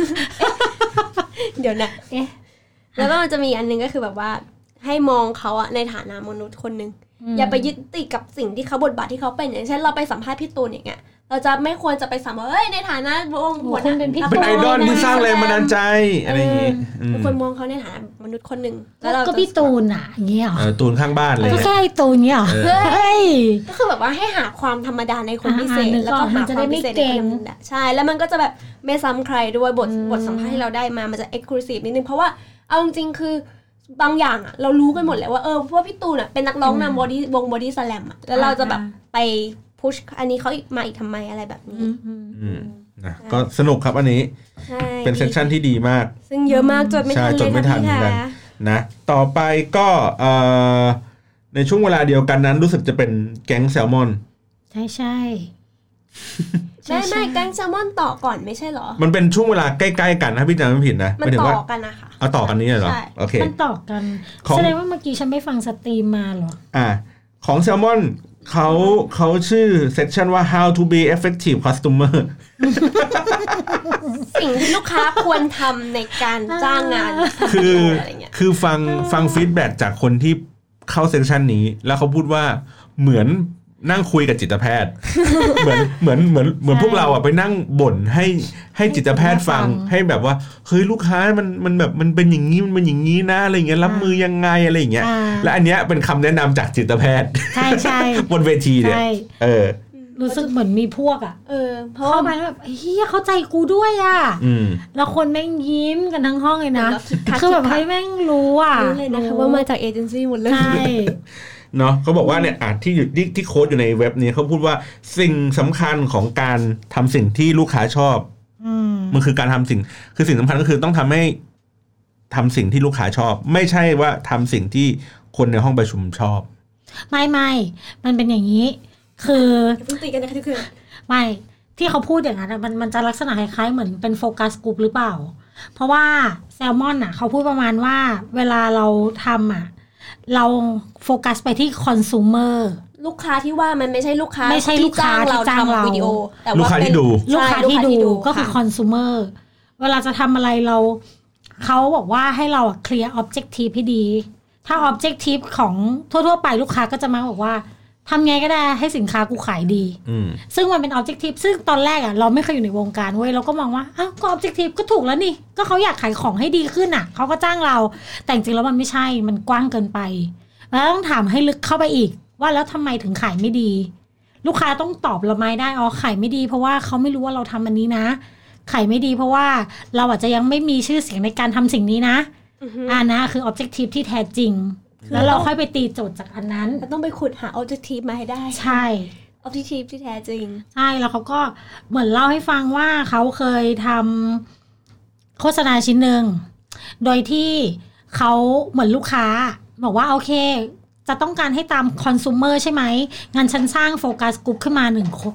Speaker 3: เดี๋ยวนะแล้วก็มันจะมีอันนึงก็คือแบบว่าให้มองเขาในฐานะมนุษย์คนนึงอย่าไปยึดติดกับสิ่งที่เขาบทบาทที่เขาเป็นอย่างเช่นเราไปสัมภาษณ์พี่ตูนอย่างเงี้ยเราจะไม่ควรจะไปสัมภาษณ์ในฐานะวงหัวหน้า
Speaker 1: เป็นไอดอลที่สร้างแรงบันดาลใจอะไรอย่างงี้
Speaker 3: คนมองเขาในฐานะมนุษย์คนนึง
Speaker 2: แล้วก็พี่ตูนอย่างเงี้ย
Speaker 1: ตูนข้างบ้านเลย
Speaker 2: ก็แค่ตูนเงี้ย
Speaker 3: ก็คือแบบว่าให้หาความธรรมดาในคนพิเศษแล้วก็หาความพิเศษในคนนึงใช่แล้วมันก็จะแบบไม่ซ้ำใครด้วยบทสัมภาษณ์ที่เราได้มามันจะเอ็กซ์คลูซีฟนิดนึงเพราะว่าเอาจริงๆคือบางอย่างเรารู้กันหมดแล้วว่าพวกพี่ตูนเป็นนักร้องนำวงบอดี้สแลมแล้วเราจะแบบไปพุชอันนี้เขามาอีกทำไมอะไรแบบนี้
Speaker 1: นะก็สนุกครับอันนี้เป็นเซสชั่นที่ดีมาก
Speaker 3: ซึ่งเยอะมากจดไม่ทันเลยค่ะ
Speaker 1: นะต่อไปก็ในช่วงเวลาเดียวกันนั้นรู้สึกจะเป็นแก๊งแซลมอน
Speaker 2: ใช่ใช่
Speaker 3: ไม่แก๊งแซลมอนต่อก่อนไม่ใช่หรอ
Speaker 1: มันเป็นช่วงเวลาใกล้ๆกันนะพี่จำไม่ผิดนะ
Speaker 3: มันต่อกันนะคะ
Speaker 1: เอาต่อกันนี้เหรอโอเค
Speaker 2: มันต่อกันแสดงว่าเมื่อกี้ฉันไม่ฟังสตรีมมาหรอ
Speaker 1: ของแซลมอนเขาชื่อเซสชันว่า how to be effective customer
Speaker 3: สิ่งที่ลูกค้าควรทำในการจ้างงาน
Speaker 1: คือฟังฟีดแบ็กจากคนที่เข้าเซสชันนี้แล้วเขาพูดว่าเหมือนนั่งคุยกับจิตแพทย์เหมือนพวกเราไปนั่งบ่นให้จิตแพทย์ฟังให้แบบว่าเฮ้ยลูกค้ามันแบบมันเป็นอย่างนี้มันเป็นอย่างนี้นะอะไรเงี้ยรับมือยังไงอะไรอย่างเงี้ยและอันเนี้ยเป็นคำแนะนำจากจิตแพทย์
Speaker 2: ใช่
Speaker 1: บนเวทีเนี่ย
Speaker 2: รู้สึกเหมือนมีพวกอ่ะ
Speaker 3: เพราะ
Speaker 2: เข้าไปแบบเฮียเข้าใจกูด้วยอ่ะแล้วคนแม่งยิ้มกันทั้งห้องเลยนะคือแบบให้แม่งรู้อ่ะ
Speaker 3: เลยนะคะว่ามาจากเอเจนซี่หมดเลย
Speaker 2: ใช่
Speaker 1: เนาะเขาบอกว่าเนี่ยที่โค้ดอยู่ในเว็บนี้เขาพูดว่าสิ่งสำคัญของการทำสิ่งที่ลูกค้าชอบมันคือการทำสิ่งสำคัญก็คือต้องทำให้ทำสิ่งที่ลูกค้าชอบไม่ใช่ว่าทำสิ่งที่คนในห้องประชุมชอบ
Speaker 2: ไม่มันเป็นอย่างนี้คือ
Speaker 3: เพิ่งตีกันนะคะทุกคน
Speaker 2: ไม่ที่เขาพูดอย่างนั้นมันจะลักษณะคล้ายๆเหมือนเป็นโฟกัสกลุ่มหรือเปล่าเพราะว่าแซลมอนอ่ะเขาพูดประมาณว่าเวลาเราทำอ่ะเราโฟกัสไปที่คอน sumer
Speaker 3: ลูกค้าที่ว่ามันไม่ใช่ลูกค้า
Speaker 2: ที่จ้างเราทำวิดีโอ
Speaker 3: แต่ว่าเป็น
Speaker 2: ลูกค้าที่ดูก็คือคอน sumer เวลาจะทำอะไรเขาบอกว่าให้เราเคลียร์ objective ให้ดีถ้า objective ของทั่วๆไปลูกค้าก็จะมาบอกว่าทำไงก็ได้ให้สินค้ากูขายดีซึ่งมันเป็น objective ซึ่งตอนแรกอ่ะเราไม่เคยอยู่ในวงการเว้ยเราก็มองว่าอ้าวก็ objective ก็ถูกแล้วนี่ก็เขาอยากขายของให้ดีขึ้นอ่ะเขาก็จ้างเราแต่จริงๆแล้วมันไม่ใช่มันกว้างเกินไปแล้วต้องถามให้ลึกเข้าไปอีกว่าแล้วทำไมถึงขายไม่ดีลูกค้าต้องตอบเราไม่ได้ขายไม่ดีเพราะว่าเขาไม่รู้ว่าเราทำอันนี้นะขายไม่ดีเพราะว่าเราอาจจะยังไม่มีชื่อเสียงในการทำสิ่งนี้นะนะคือ objective ที่แท้จริงแล้วเราค่อยไปตีโจทย์จากอันนั้น
Speaker 3: ต้องไปขุดหา objective มาให้ได้
Speaker 2: ใช่
Speaker 3: objective ที่แท้จริง
Speaker 2: ใช่แล้วเขาก็เหมือนเล่าให้ฟังว่าเขาเคยทำโฆษณาชิ้นหนึ่งโดยที่เขาเหมือนลูกค้าบอกว่าโอเคจะต้องการให้ตามคอน sumer ใช่ไหมงั้นฉันสร้างโฟกัสกลุ่มขึ้นมา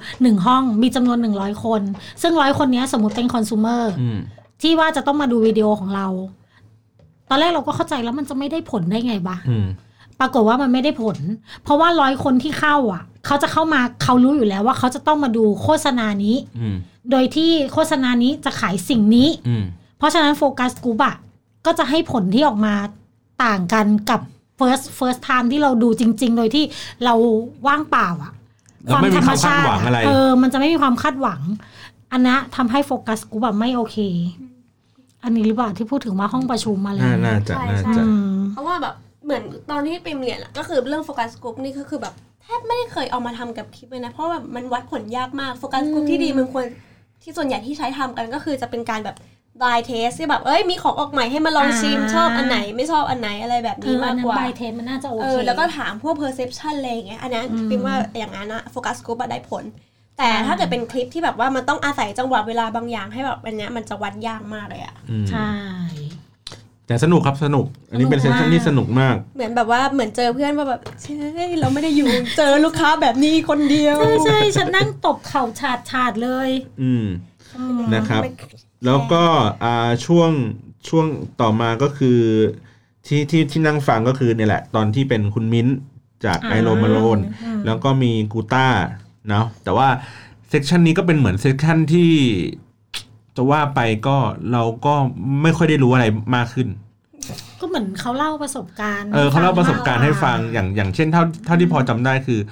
Speaker 2: 1ห้องมีจำนวน100คนซึ่ง100คนนี้สมมุติเป็นคอน sumer ที่ว่าจะต้องมาดูวิดีโอของเราตอนแรกเราก็เข้าใจแล้วมันจะไม่ได้ผลได้ไงบ้างปรากฏว่ามันไม่ได้ผลเพราะว่า100คนที่เข้าอ่ะเขาจะเข้ามาเขารู้อยู่แล้วว่าเขาจะต้องมาดูโฆษณานี้โดยที่โฆษณานี้จะขายสิ่งนี้เพราะฉะนั้นโฟกัสกลุ่มอ่ะก็จะให้ผลที่ออกมาต่างกันกับfirst time ที่เราดูจริงๆโดยที่เราว่างเปล่าอ่ะ
Speaker 1: ความธรรมชาติ
Speaker 2: มันจะไม่มีความคาดหวังอันนั้นทำให้โฟกัสกลุ่มแบบไม่โอเคอันนี้หรือเปล่าที่พูดถึงว่าห้องประชุมอะไร
Speaker 1: น่าจะ
Speaker 3: เพราะว่าแบบเหมือนตอนที่ปิมเรียนอะก็คือเรื่องโฟกัสกลุ่มนี่ก็คือแบบแทบไม่ได้เคยเอามาทำกับคลิปเลยนะเพราะแบบมันวัดผลยากมากโฟกัสกลุ่มที่ดีมันควรที่ส่วนใหญ่ที่ใช้ทำกันก็คือจะเป็นการแบบ blind test ที่แบบมีของออกใหม่ให้มาลองชิมชอบอันไหนไม่ชอบอันไหนอะไรแบบนี้มากกว่า
Speaker 2: blind test มันน่าจะโอเค
Speaker 3: แล้วก็ถามพวก perception อะไรอย่างเงี้ยอันนั้นปิมว่าอย่างนั้นนะโฟกัสกลุ่มได้ผลแต่ถ้าเกิดเป็นคลิปที่แบบว่ามันต้องอาศัยจังหวะเวลาบางอย่างให้แบบอันเนี้ยมันจะวัดยากมากเลยอ่ะ
Speaker 2: ใช่
Speaker 1: แต่สนุกครับสนุกอันนี้เป็นเซสชั่นที่สนุกมาก
Speaker 3: เหมือนแบบว่าเหมือนเจอเพื่อนว่าแบบใช่เราไม่ได้อยู่เจอลูกค้าแบบนี้คนเดียว
Speaker 2: ใช่ฉันนั่งตบเข่าฉาดเลย
Speaker 1: นะครับแล้วก็ช่วงต่อมาก็คือที่นั่งฟังก็คือเนี่ยแหละตอนที่เป็นคุณมิ้นจากไอโรมาโลนแล้วก็มีกูต้าเนาะแต่ว่าเซกชันนี้ก็เป็นเหมือนเซกชันที่จะว่าไปก็เราก็ไม่ค่อยได้รู้อะไรมากขึ้น
Speaker 2: ก็เหมือนเขาเล่าประสบการณ์
Speaker 1: เขาเล่าประสบการณ์ให้ฟังอย่างเช่นเท่าที่พอจำได้คือ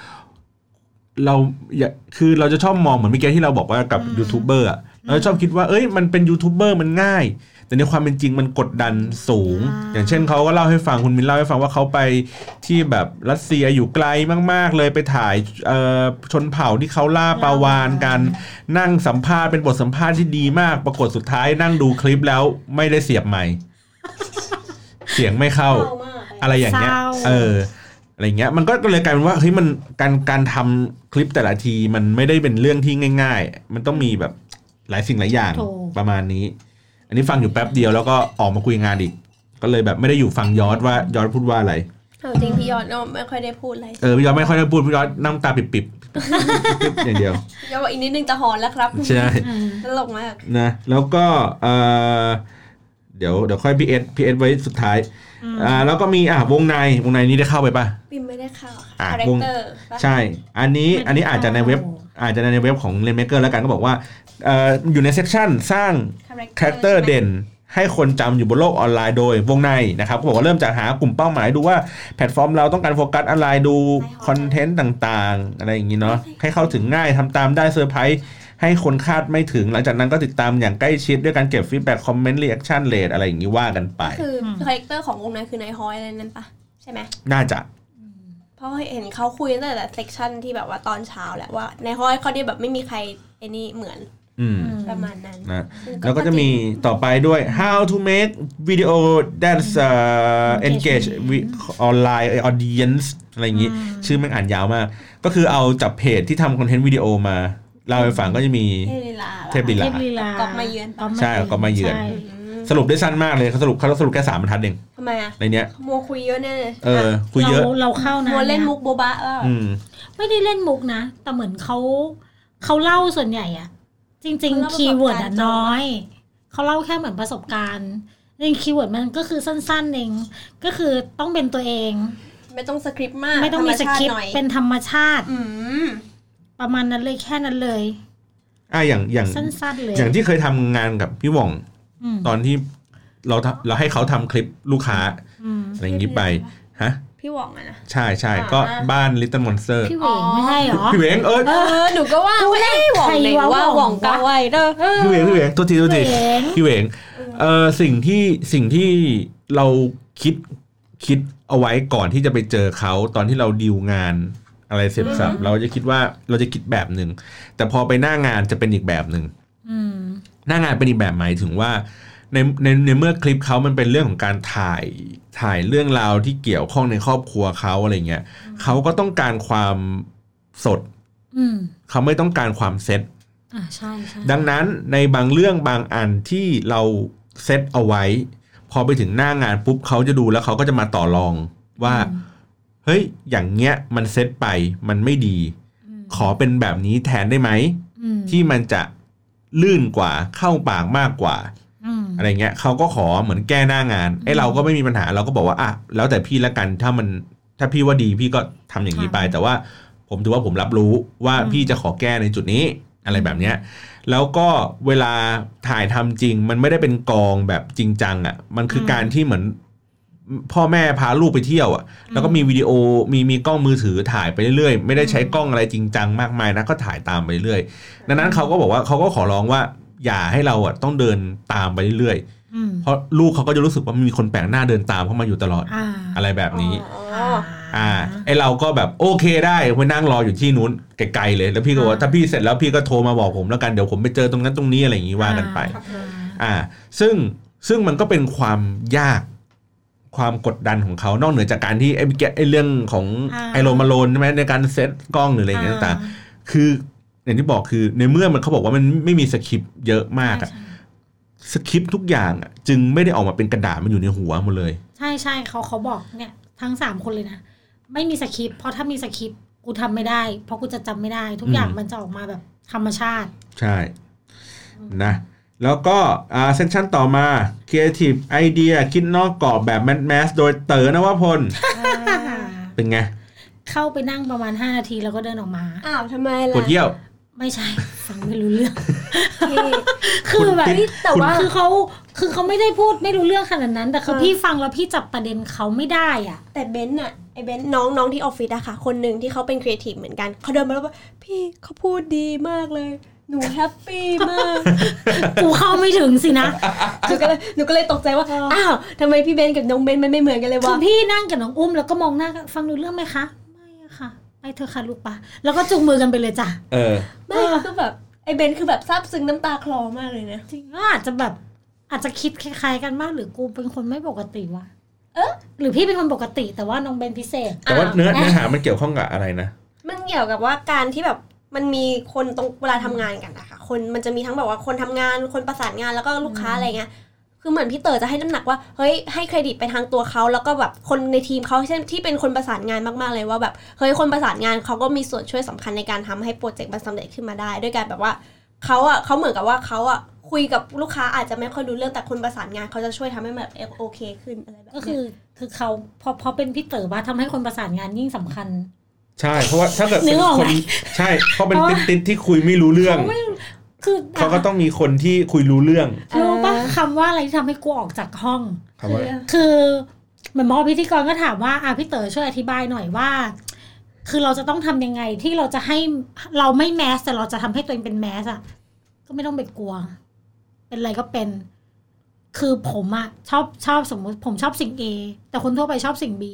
Speaker 1: เราจะชอบมองเหมือนเมื่อกี้ที่เราบอกว่ากับยูทูบเบอร์อ่ะเราชอบคิดว่ามันเป็นยูทูบเบอร์มันง่ายแต่ในความเป็นจริงมันกดดันสูงอย่างเช่นเขาก็เล่าให้ฟังคุณมินเล่าให้ฟังว่าเขาไปที่แบบรัสเซียอยู่ไกลมากๆเลยไปถ่ายชนเผ่าที่เขาล่าปลาวาฬกันนั่งสัมภาษณ์เป็นบทสัมภาษณ์ที่ดีมากปรากฏสุดท้ายนั่งดูคลิปแล้วไม่ได้เสียบไมค์เสียงไม่เข้าอะไรอย่างเงี้ยอะไรเงี้ยมันก็เลยกลายเป็นว่าเฮ้ยมันการทำคลิปแต่ละทีมันไม่ได้เป็นเรื่องที่ง่ายๆมันต้องมีแบบหลายสิ่งหลายอย่างประมาณนี้อันนี้ฟังอยู่แป๊บเดียวแล้วก็ออกมาคุยงานอีกก็เลยแบบไม่ได้อยู่ฟังยอดว่ายอดพูดว่าอะไร
Speaker 3: จริงพี่ยอดก็ไม่ค่อยได้พูดอะไร
Speaker 1: พี่ยอดไม่ค่อยได้พูดพี่ยอดนั่งตาปิบๆอย่างเดียว
Speaker 3: ยอดบอกอีกนิดนึงจะหอนแล้วครับ
Speaker 1: ใช่
Speaker 3: ตลกมาก
Speaker 1: นะแล้วก็เดี๋ยวค่อยพีเอสไว้สุดท้ายแล้วก็มีวงในนี้ได้เข้าไปป่ะ
Speaker 3: ปิมไม่ได้เข้าคาแรคเตอร์
Speaker 1: ใช่อันนี้อาจจะในเว็บของ Rainmaker แล้วกันก็บอกว่าอยู่ในเซกชันสร้างคาแรคเตอร์เด่นให้คนจำอยู่บนโลกออนไลน์โดยวงในนะครับเขาบอกว่าเริ่มจากหากลุ่มเป้าหมายดูว่าแพลตฟอร์มเราต้องการโฟกัสอะไรดูคอนเทนต์ต่างๆอะไรอย่างนี้เนาะให้เข้าถึงง่ายทำตามได้เซอร์ไพรส์ให้คนคาดไม่ถึงหลังจากนั้นก็ติดตามอย่างใกล้ชิดด้วยการเก็บฟีดแบ็กคอมเมนต์รีแอคชั่นเรทอะไรอย่างนี้ว่ากันไป
Speaker 3: คือคาแรคเตอร์ของวงในคือนายฮอยอะไรนั่นปะใช่ไหม
Speaker 1: น่าจะ
Speaker 3: เพราะเห็นเขาคุยตั้งแต่เซกชันที่แบบว่าตอนเช้าแหละว่าในห้องเขาเนี่ยแบบไม่มีใครไอ้นี่เหมือนประมาณนั้น
Speaker 1: นะแล้วก็จะมีต่อไปด้วย how to make video that's engage with online audience อะไรอย่างงี้ชื่อมันอ่านยาวมากก็คือเอาจับเพจที่ทำคอนเทนต์วิดีโอมาเล่าให้ฟังก็จะมีเทพลีลา
Speaker 3: กอบมาเยือน
Speaker 1: ใช่ก็มาเยือนสรุปได้สั้นมากเลยเขาสรุปแค่3 บรรทัดเอง
Speaker 3: ทำไมอ่ะ
Speaker 1: ในเนี้ย
Speaker 3: มัวคุยเยอะแน่เลย
Speaker 2: คุยเยอะเราเข้านะ
Speaker 3: มัวเล่นมุกโบบะ
Speaker 2: ไม่ได้เล่นมุกนะแต่เหมือนเขาเล่าส่วนใหญ่อะจริงๆคีย์เวิร์ดอะน้อยเขาเล่าแค่เหมือนประสบการณ์จริงคีย์เวิร์ดมันก็คือสั้นๆเองก็คือต้องเป็นตัวเอง
Speaker 3: ไม่ต้องสคริปต์มาก
Speaker 2: ไม่ต้องมีสคริปต์เป็นธรรมชาติประมาณนั้นเลยแค่นั้นเลย
Speaker 1: อย่าง
Speaker 2: สั้นๆเลย
Speaker 1: อย่างที่เคยทำงานกับพี่หว่องตอนที่เราให้เขาทำคลิปลูกค้าอะไรอย่างนี้ไปฮะ
Speaker 3: พี่หว่องอะนะ
Speaker 1: ใช่ก็บ้าน Little Monster
Speaker 2: พี่เหวงไม่ใช่หรอ
Speaker 1: พี่เหวง
Speaker 3: หนูก็ว่าหว่องไหนว่าหว่องกาไว้เด้อ
Speaker 1: พี่เหวงตัวทีพี่เหวงสิ่งที่เราคิดเอาไว้ก่อนที่จะไปเจอเขาตอนที่เราดีลงานอะไรเสร็จสับเราจะคิดว่าเราจะคิดแบบนึงแต่พอไปหน้างานจะเป็นอีกแบบนึงหน้างานเป็นอีกแบบหมายถึงว่าในเมื่อคลิปเขามันเป็นเรื่องของการถ่ายเรื่องราวที่เกี่ยวข้องในครอบครัวเขาอะไรเงี้ยเขาก็ต้องการความสดเขาไม่ต้องการความเซต
Speaker 2: ใช่
Speaker 1: ดังนั้นในบางเรื่องบางอันที่เราเซตเอาไว้พอไปถึงหน้างานปุ๊บเขาจะดูแล้วเขาก็จะมาต่อรองว่าเฮ้ยอย่างเงี้ยมันเซตไปมันไม่ดีขอเป็นแบบนี้แทนได้ไหมที่มันจะลื่นกว่าเข้าปากมากกว่าอะไรเงี้ยเขาก็ขอเหมือนแก้หน้างานไอ้เราก็ไม่มีปัญหาเราก็บอกว่าแล้วแต่พี่ละกันถ้าพี่ว่าดีพี่ก็ทำอย่างนี้ไปแต่ว่าผมถือว่าผมรับรู้ว่าพี่จะขอแก้ในจุดนี้อะไรแบบเนี้ยแล้วก็เวลาถ่ายทำจริงมันไม่ได้เป็นกองแบบจริงจังอ่ะมันคือการที่เหมือนพ่อแม่พาลูกไปเที่ยวอ่ะแล้วก็มีวิดีโอมีกล้องมือถือถ่ายไปเรื่อยๆไม่ได้ใช้กล้องอะไรจริงจังมากมายนะก็ถ่ายตามไปเรื่อยดังนั้นเขาก็บอกว่าเขาก็ขอร้องว่าอย่าให้เราอ่ะต้องเดินตามไปเรื่อยๆเพราะลูกเขาก็จะรู้สึกว่ามีคนแปลกหน้าเดินตามเข้ามาอยู่ตลอดอะไรแบบนี้ไอเราก็แบบโอเคได้ไปนั่งรออยู่ที่นู้นไกลๆเลยแล้วพี่ก็ว่าถ้าพี่เสร็จแล้วพี่ก็โทรมาบอกผมแล้วกันเดี๋ยวผมไปเจอตรงนั้นตรงนี้อะไรอย่างนี้ว่ากันไปซึ่งมันก็เป็นความยากความกดดันของเขานอกเหนือจากการที่ไอ้เรื่องของไอโรมาโลนใช่ไหมในการเซตกล้องหรืออะไรอย่างเงี้ยต่างๆคืออย่างที่บอกคือในเมื่อมันเขาบอกว่ามันไม่มีสคริปต์เยอะมากอะสคริปต์ทุกอย่างอะจึงไม่ได้ออกมาเป็นกระดาษมันอยู่ในหัวหมดเลย
Speaker 2: ใช่เขาบอกเนี่ยทั้ง3คนเลยนะไม่มีสคริปต์เพราะถ้ามีสคริปต์กูทำไม่ได้เพราะกูจะจำไม่ได้ทุกอย่างมันจะออกมาแบบธรรมชาติ
Speaker 1: ใช่นะแล้วก็เซสชั่นต่อมา Creative Idea คิดนอกกรอบแบบแมสโดยเต๋อนวพลเป็นไง
Speaker 2: เข้าไปนั่งประมาณ5นาทีแล้วก็เดินออกมา
Speaker 3: ทำไมล่ะ
Speaker 1: ปวดเยี่ยว
Speaker 2: ไม่ใช่ฟังไม่รู้เรื่องคือแบบแต่ว่าคือเขาไม่ได้พูดไม่รู้เรื่องขนาดนั้นแต่คือพี่ฟังแล้วพี่จับประเด็นเขาไม่ได้อ่ะ
Speaker 3: แต่เบนซ์อะไอเบนซ์น้องที่ออฟฟิศอะค่ะคนนึงที่เขาเป็นครีเอทีฟเหมือนกันเขาเดินมาแล้วว่าพี่เขาพูดดีมากเลยหนูแฮปปี้มาก
Speaker 2: กูเข้าไม่ถึงสินะ
Speaker 3: หนูก็เลยตกใจว่าทำไมพี่เบนกับน้องเบนมันไม่เหมือนกันเลยวะ
Speaker 2: คือพี่นั่งกับน้องอุ้มแล้วก็มองหน้าฟังรู้เรื่องไหมคะไม่อะค่ะไปเธอค่ะลูกปะแล้วก็จูงมือกันไปเลยจ้ะ
Speaker 3: ไม่คือแบบไอเบนคือแบบซาบซึ้งน้ำตาคลอมากเลยนะ
Speaker 2: จริงก็อาจจะคิดคล้ายๆกันมากหรือกูเป็นคนไม่ปกติวะหรือพี่เป็นคนปกติแต่ว่าน้องเบนพิเศษ
Speaker 1: แต่ว่าเนื้อหามันเกี่ยวข้องกับอะไรนะ
Speaker 3: มันเกี่ยวกับว่าการที่แบบมันมีคนตรงเวลาทำงานกันนะคะคนมันจะมีทั้งแบบว่าคนทำงานคนประสานงานแล้วก็ลูกค้าอะไรเงี้ยคือเหมือนพี่เต๋อจะให้น้ำหนักว่าเฮ้ยให้เครดิตไปทางตัวเขาแล้วก็แบบคนในทีมเขาเช่นที่เป็นคนประสานงานมากๆเลยว่าแบบเฮ้ยคนประสานงานเขาก็มีส่วนช่วยสำคัญในการทำให้โปรเจกต์มันสำเร็จขึ้นมาได้ด้วยการแบบว่าเขาเหมือนกับว่าเขาคุยกับลูกค้าอาจจะไม่ค่อยรู้เรื่องแต่คนประสานงานเขาจะช่วยทำให้แบบโอเคขึ้นอะไรแบบนี้
Speaker 2: ก็คือเขาพอเป็นพี่เต๋อว่าทำให้คนประสานงานยิ่งสำคัญ
Speaker 1: ใช่เพราะว่าถ้าเกิดเป็นคนใช่เพราะเป็นติดที่คุยไม่รู้เรื่อง
Speaker 2: คือ
Speaker 1: เขาก็ต้องมีคนที่คุยรู้เรื่อง
Speaker 2: รู้ป่ะคำว่าอะไรที่ทำให้กูออกจากห้องคือเหมือนหมอพิธีกรก็ถามว่าพี่เต๋อช่วยอธิบายหน่อยว่าคือเราจะต้องทำยังไงที่เราจะให้เราไม่แมสแต่เราจะทำให้ตัวเองเป็นแมสอ่ะก็ไม่ต้องไปกลัวเป็นอะไรก็เป็นคือผมอ่ะชอบสมมติผมชอบสิ่ง A แต่คนทั่วไปชอบสิ่ง B ผ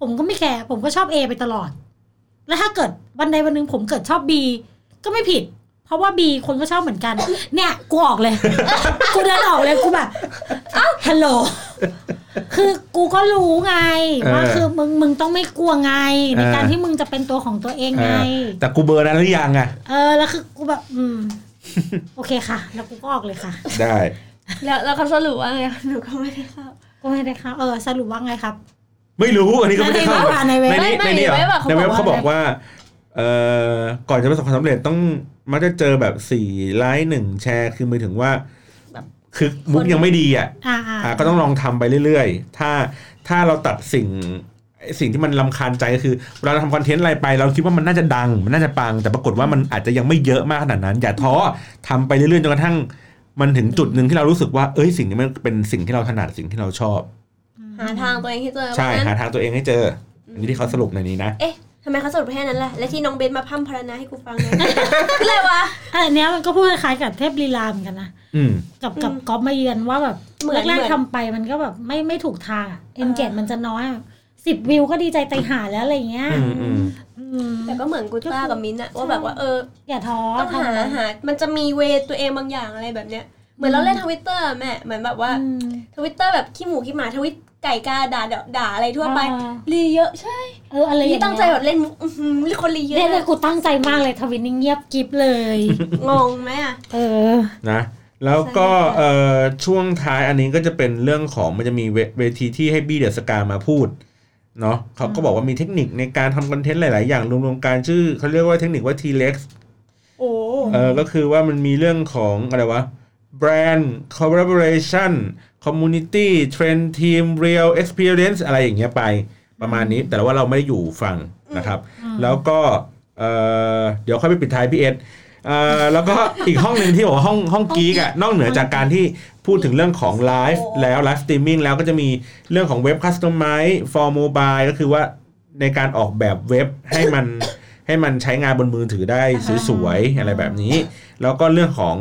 Speaker 2: ผมก็ไม่แคร์ผมก็ชอบ A ไปตลอดแล้วถ้าเกิดวันใดวันหนึ่งผมเกิดชอบ B ก็ไม่ผิดเพราะว่า B คนก็ชอบเหมือนกันเนี่ยกูออกเลย กูเดินออกเลยกูแบบฮัลโหลคือกูก็รู้ไงว่าคือมึงต้องไม่กลัวไงในการที่มึงจะเป็นตัวของตัวเองไง
Speaker 1: แต่กูเบอร์นั้นหรือยังอ่ะ
Speaker 2: แล้วคือกูแบบโอเคค่ะแล้วกูก็ออกเลยค่ะ
Speaker 1: ได้
Speaker 3: แล้วเขาสรุปว่าไงหนูก็ไม่ได้เข้า
Speaker 2: สรุปว่าไงครับ
Speaker 1: ไม่รู้อันนี้ก็ไม่ได้เข้า
Speaker 2: ในเว็บ
Speaker 1: ในเว็บเขาบอกว่าก่อนจะประสบความสำเร็จต้องมักจะเจอแบบ4ไลค์1แชร์คือหมายถึงว่าคือมุกยังไม่ดีก็ต้องลองทำไปเรื่อยๆถ้าเราตัดสิ่งที่มันรำคาญใจก็คือเวลาเราทำคอนเทนต์อะไรไปเราคิดว่ามันน่าจะดังมันน่าจะปังแต่ปรากฏว่ามันอาจจะยังไม่เยอะมากขนาดนั้นอย่าท้อทำไปเรื่อยๆจนกระทั่งมันถึงจุดนึงที่เรารู้สึกว่าสิ่งนี้มันเป็นสิ่งที่เราถนัดสิ่งที่เราชอบ
Speaker 3: หาทางตัวเองให้เจอ
Speaker 1: ใช่หาทางตัวเองให้เจออันนี้ที่เขาสรุปในนี้นะ
Speaker 3: ทำไมเขาสรุปแค่นั้นล่ะและที่น้องเบนมาพร่ำพรรณนาให้กูฟังเนี่ยอะไรวะ
Speaker 2: อันนี้มันก็พูดคล้ายกับเทพลีลาเหมือนกันนะกับก๊อฟมาเยือนว่าแบบแรกๆทำไปมันก็แบบไม่ถูกทางเอนเกจมันจะน้อย10 วิวก็ดีใจไตหาแล้วอะไรเงี้ย
Speaker 3: แต่ก็เหมือนกูต้ากับมิ้นอะว่าแบบว่า
Speaker 2: อย่าท้อ
Speaker 3: ต้องหามันจะมีเวตัวเองบางอย่างอะไรแบบเนี้ยเหมือนเราเล่น Twitter แม่เหมือนแบบว่า Twitter แบบขี้หมูขี้หมาทวิตไก่กาด่าอะไรทั่วไปรีเยอะใช่
Speaker 2: อะไรอย่างเงี้ย
Speaker 3: ตั้งใจแบบเล่นคนรีเยอะ
Speaker 2: เนี่ยกูตั้งใจมากเลยทวิตนิ่งเงียบกิ๊บเลย
Speaker 3: งงไหมอะ
Speaker 1: นะแล้วก็ช่วงท้ายอันนี้ก็จะเป็นเรื่องของมันจะมีเวทีที่ให้บี้เดอะสกามาพูดเนาะเขาก็บอกว่ามีเทคนิคในการทำคอนเทนต์หลายๆอย่างรวมๆกันชื่อเขาเรียกว่าเทคนิคว่า T-Lex ก็คือว่ามันมีเรื่องของอะไรวะ brand collaboration community trend team real experience อะไรอย่างเงี้ยไปประมาณนี้แต่ว่าเราไม่ได้อยู่ฟังนะครับแล้วก็เดี๋ยวค่อยไปปิดท้ายพี่เอสแล้วก็อีกห้องนึงที่บอกว่าห้องกี๊กอ่ะนอกเหนือจากการที่พูดถึงเรื่องของไลฟ์แล้วไลฟ์สตรีมมิ่งแล้วก็จะมีเรื่องของเว็บคัสตอมไมซ์ for mobile ก็คือว่าในการออกแบบเว็บให้มันใช้งานบนมือถือได้สวยๆอะไรแบบนี้แล้วก็เรื่องของ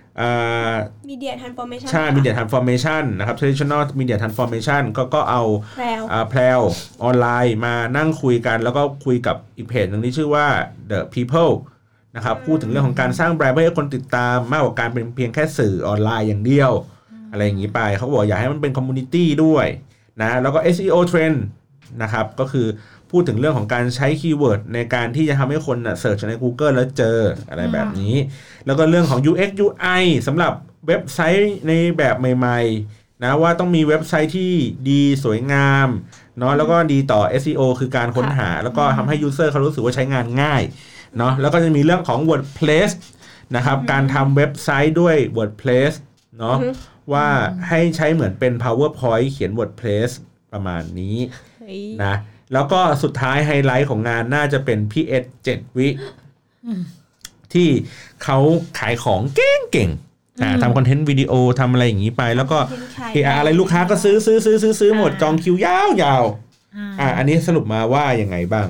Speaker 3: media transformation
Speaker 1: ใช่ media transformation นะครับ traditional media transformation ก็เอาแพรวออนไลน์มานั่งคุยกันแล้วก็คุยกับอีกเพจนึงที่ชื่อว่า the peopleนะครับพูดถึงเรื่องของการสร้างแบรนด์เพื่อให้คนติดตามมากกว่าการเป็นเพียงแค่สื่อออนไลน์อย่างเดียวอะไรอย่างนี้ไปเขาบอกอยากให้มันเป็นคอมมูนิตี้ด้วยนะแล้วก็ SEO trend นะครับก็คือพูดถึงเรื่องของการใช้คีย์เวิร์ดในการที่จะทำให้คนเสิร์ชใน Google แล้วเจออะไรแบบนี้แล้วก็เรื่องของ UX UI สำหรับเว็บไซต์ในแบบใหม่ๆนะว่าต้องมีเว็บไซต์ที่ดีสวยงามเนาะแล้วก็ดีต่อ SEO คือการค้นหาแล้วก็ทำให้ user เขารู้สึกว่าใช้งานง่ายเนาะแล้วก็จะมีเรื่องของ WordPress นะครับการทำเว็บไซต์ด้วย WordPress เนาะว่าให้ใช้เหมือนเป็น PowerPoint เขียน WordPress ประมาณนี้นะแล้วก็สุดท้ายไฮไลท์ของงานน่าจะเป็นพี่เอส7 วิที่เขาขายของเก่งๆทำคอนเทนต์วิดีโอทำอะไรอย่างนี้ไปแล้วก็อะไรลูกค้าก็ซื้อหมดจองคิวยาวๆอันนี้สรุปมาว่ายังไงบ้าง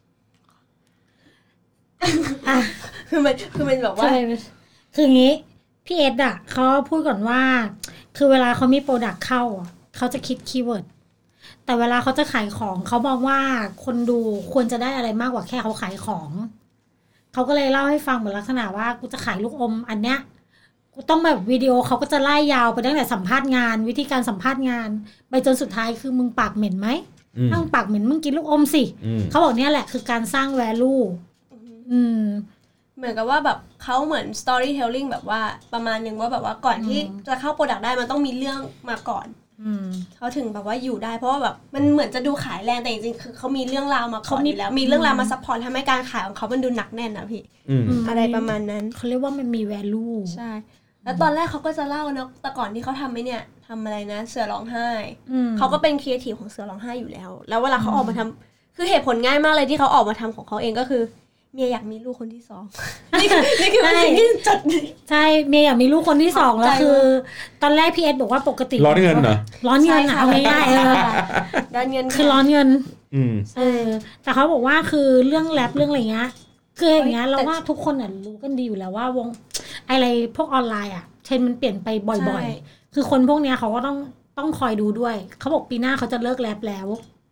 Speaker 3: คือมันแบบว่า
Speaker 2: คืออย่างนี้พี่เอสอ่ะเขาพูดก่อนว่าคือเวลาเขามีโปรดักต์เข้าเขาจะคิดคีย์เวิร์ดแต่เวลาเขาจะขายของเขามองว่าคนดูควรจะได้อะไรมากกว่าแค่เขาขายของเขาก็เลยเล่าให้ฟังเหมือนลักษณะว่ากูจะขายลูกอมอันเนี้ยกูต้องแบบวิดีโอเขาก็จะไล่ยาวไปตั้งแต่สัมภาษณ์งานวิธีการสัมภาษณ์งานไปจนสุดท้ายคือมึงปากเหม็นไหมถ้ามึงปากเหม็นมึงกินลูกอมสิเขาบอกเนี่ยแหละคือการสร้าง value
Speaker 3: เหมือนกับว่าแบบเขาเหมือน storytelling แบบว่าประมาณนึงว่าแบบว่าก่อนที่จะเข้าโปรดักต์ได้มันต้องมีเรื่องมาก่อนเขาถึงแบบว่าอยู่ได้เพราะว่าแบบมันเหมือนจะดูขายแรงแต่จริงๆคือเขามีเรื่องราวมาก่อนอยู่แล้วมีเรื่องราวมาซัพพอร์ตทำให้การขายของเขามันดูหนักแน่นนะพี่อะไรประมาณนั้น
Speaker 2: เขาเรียกว่ามันมี value
Speaker 3: ใช่แล้วตอนแรกเขาก็จะเล่านะแต่ก่อนที่เขาทำเนี่ยทำอะไรนะเสือร้องไห้เขาก็เป็นครีเอทีฟของเสือร้องไห้อยู่แล้วแล้วเวลาเขาออกมาทำคือเหตุผลง่ายมากเลยที่เขาออกมาทำของเขาเองก็คือเมียอยากมีลูกคนที่2นี่คือสิ่งที่จัด
Speaker 2: ใช่เมียอยากมีลูกคนที่2แล้วคือตอนแรกพี่เอสบอกว่าปกติ
Speaker 1: ร้อนเงินเหรอ
Speaker 2: ร้อนเงินเอาง่ายๆ
Speaker 3: ร้อนเงิน
Speaker 2: คือร้อนเงินแต่เขาบอกว่าคือเรื่องแรปเรื่องอะไรเงี้ยคืออย่างเงี้ยเราว่าทุกคนรู้กันดีอยู่แล้วว่าวงอะไรพวกออนไลน์เทรนด์มันเปลี่ยนไปบ่อยๆคือคนพวกเนี้ยเขาก็ต้องคอยดูด้วยเขาบอกปีหน้าเขาจะเลิกแรปแล้ว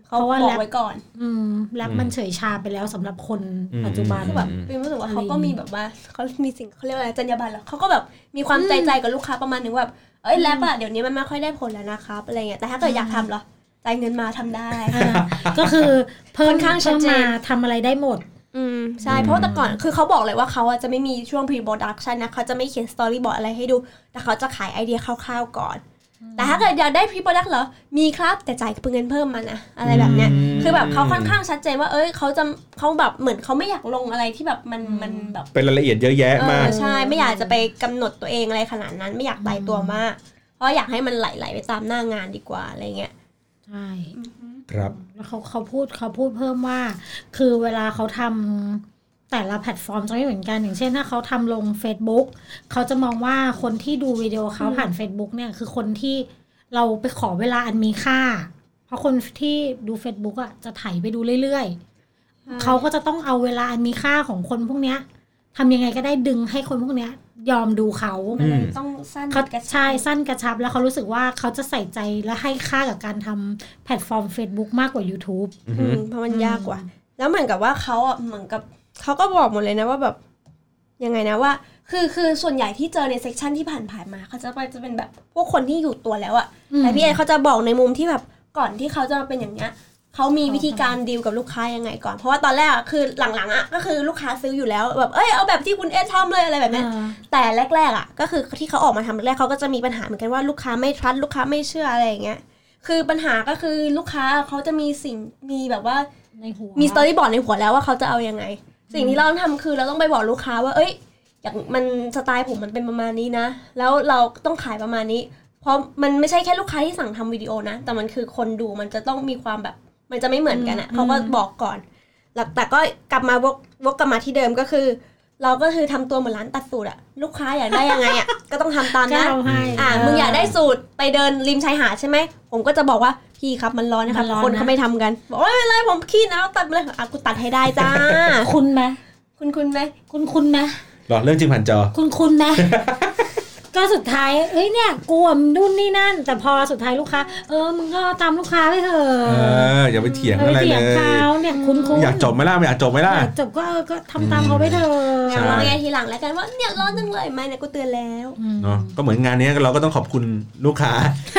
Speaker 3: เขาบอกไว้ก่อน
Speaker 2: แรปมันเฉยชาไปแล้วสำหรับคนปัจจุบัน
Speaker 3: แบบเป็นรู้สึกว่าเขาก็มีแบบว่าเขามีสิ่งเขาเรียกว่าอะไรจรรยาบรรณแล้วเขาก็แบบมีความใจกับลูกค้าประมาณนึงแบบแรปอะเดี๋ยวนี้มันไม่ค่อยได้ผลแล้วนะครับอะไรเงี้ยแต่ถ้าเกิดอยากทำเหรอจ่ายเงินมาทำได้
Speaker 2: ก็คือเพิ่มข้างชัดเจนทำอะไรได้หมด
Speaker 3: ใช่เพราะแต่ก่อนคือเขาบอกเลยว่าเขาจะไม่มีช่วง pre-production นะเขาจะไม่เขียน storyboard อะไรให้ดูแต่เขาจะขายไอเดียคร่าวๆก่อนแต่ถ้าเกิดอยากได้ pre-product เหรอมีครับแต่จ่ายเงินเพิ่มมานะอะไรแบบเนี้ยคือแบบเขาค่อนข้างชัดเจนว่าเขาแบบเหมือนเขาไม่อยากลงอะไรที่แบบมันแบบ
Speaker 1: เป็นรายละเอียดเยอะแยะมาก
Speaker 3: ใช่ไม่อยากจะไปกำหนดตัวเองอะไรขนาดนั้นไม่อยากตายตัวมากเพราะอยากให้มันไหลไปตามหน้างานดีกว่าอะไรเงี้ย
Speaker 2: ใช่
Speaker 1: ครับ
Speaker 2: แล้วเขาพูดเพิ่มว่าคือเวลาเขาทำแต่ละแพลตฟอร์มจะไม่เหมือนกันอย่างเช่นถ้าเขาทำลง Facebook เขาจะมองว่าคนที่ดูวิดีโอเขาผ่าน Facebook เนี่ยคือคนที่เราไปขอเวลาอันมีค่าเพราะคนที่ดู Facebook อ่ะจะไถไปดูเรื่อยๆเขาก็จะต้องเอาเวลาอันมีค่าของคนพวกเนี้ยทำยังไงก็ได้ดึงให้คนพวกเนี้ยยอมดูเขา
Speaker 3: ต้องสั้น
Speaker 2: กระชับใช่สั้นกระชับแล้วเขารู้สึกว่าเขาจะใส่ใจและให้ค่ากับการทำแพลตฟอร์ม Facebook มากกว่า YouTube
Speaker 3: เพราะมันยากกว่าแล้วเหมือนกับว่าเขาอ่ะเหมือนกับเขาก็บอกหมดเลยนะว่าแบบยังไงนะว่าคือส่วนใหญ่ที่เจอในเซกชันที่ผ่านมาเขาจะเป็นแบบพวกคนที่อยู่ตัวแล้วอ่ะแต่พี่เอเขาจะบอกในมุมที่แบบก่อนที่เขาจะมาเป็นอย่างเนี้ยเขามีวิธีการดีลกับลูกค้ายังไงก่อนเพราะว่าตอนแรกคือหลังๆอ่ะก็คือลูกค้าซื้ออยู่แล้วแบบเอาแบบที่คุณเอทำเลยอะไรแบบนี้แต่แรกๆอ่ะก็คือที่เขาออกมาทำแรกเขาก็จะมีปัญหาเหมือนกันว่าลูกค้าไม่ทรัสลูกค้าไม่เชื่ออะไรอย่างเงี้ยคือปัญหาก็คือลูกค้าเขาจะมีแบบว่ามีสตอรี่บอร์ดในหัวแล้วว่าเขาจะเอายังไงสิ่งที่เราต้องทำคือเราต้องไปบอกลูกค้าว่าอย่างมันสไตล์ผมมันเป็นประมาณนี้นะแล้วเราต้องขายประมาณนี้เพราะมันไม่ใช่แค่ลูกค้าที่สั่งทำวิดีโอนะแต่มันคือคนดูมันจะต้องมีความแบบมันจะไม่เหมือนกันอ่ะเขาก็บอกก่อนแต่ก็กลับมาวกกลับมาที่เดิมก็คือเราก็คือทำตัวเหมือนร้านตัดสูตรอ่ะลูกค้าอยากได้ยังไงอ่ะก็ต้องทำตามนะมึงอยากได้สูตรไปเดินริมชายหาดใช่ไหมผมก็จะบอกว่าพี่ครับมันร้อนนะคะคนเขาไม่ทำกันบอกว่าไม่เป็นไรผมขี้นะตัดเลยกูตัดให้ได้จ้า
Speaker 2: คุณไหม
Speaker 3: คุณไหม
Speaker 2: คุณไหม
Speaker 1: หรอเรื่องจริงผ่านจอ
Speaker 2: คุณไหมก็สุดท้ายเนี่ยกูนู่นนี่นั่นแต่พอสุดท้ายลูกค้ามึงก็ตามลูกค้าไปเถอะ
Speaker 1: อย่าไปเถียงอะไรเลย
Speaker 2: เนี่ยคุณ
Speaker 1: อยากจบไหมล่ะไม่อยากจบไหมล่ะ
Speaker 2: จบก็ทำตามเขาไปเถอะ
Speaker 3: เราไงทีหลังแล้วกันว่าเนี่ยร้อนจังเลยไม่เนี่ยกูเตือนแล้ว
Speaker 1: เนาะก็เหมือนงานนี้เราก็ต้องขอบคุณลูกค้า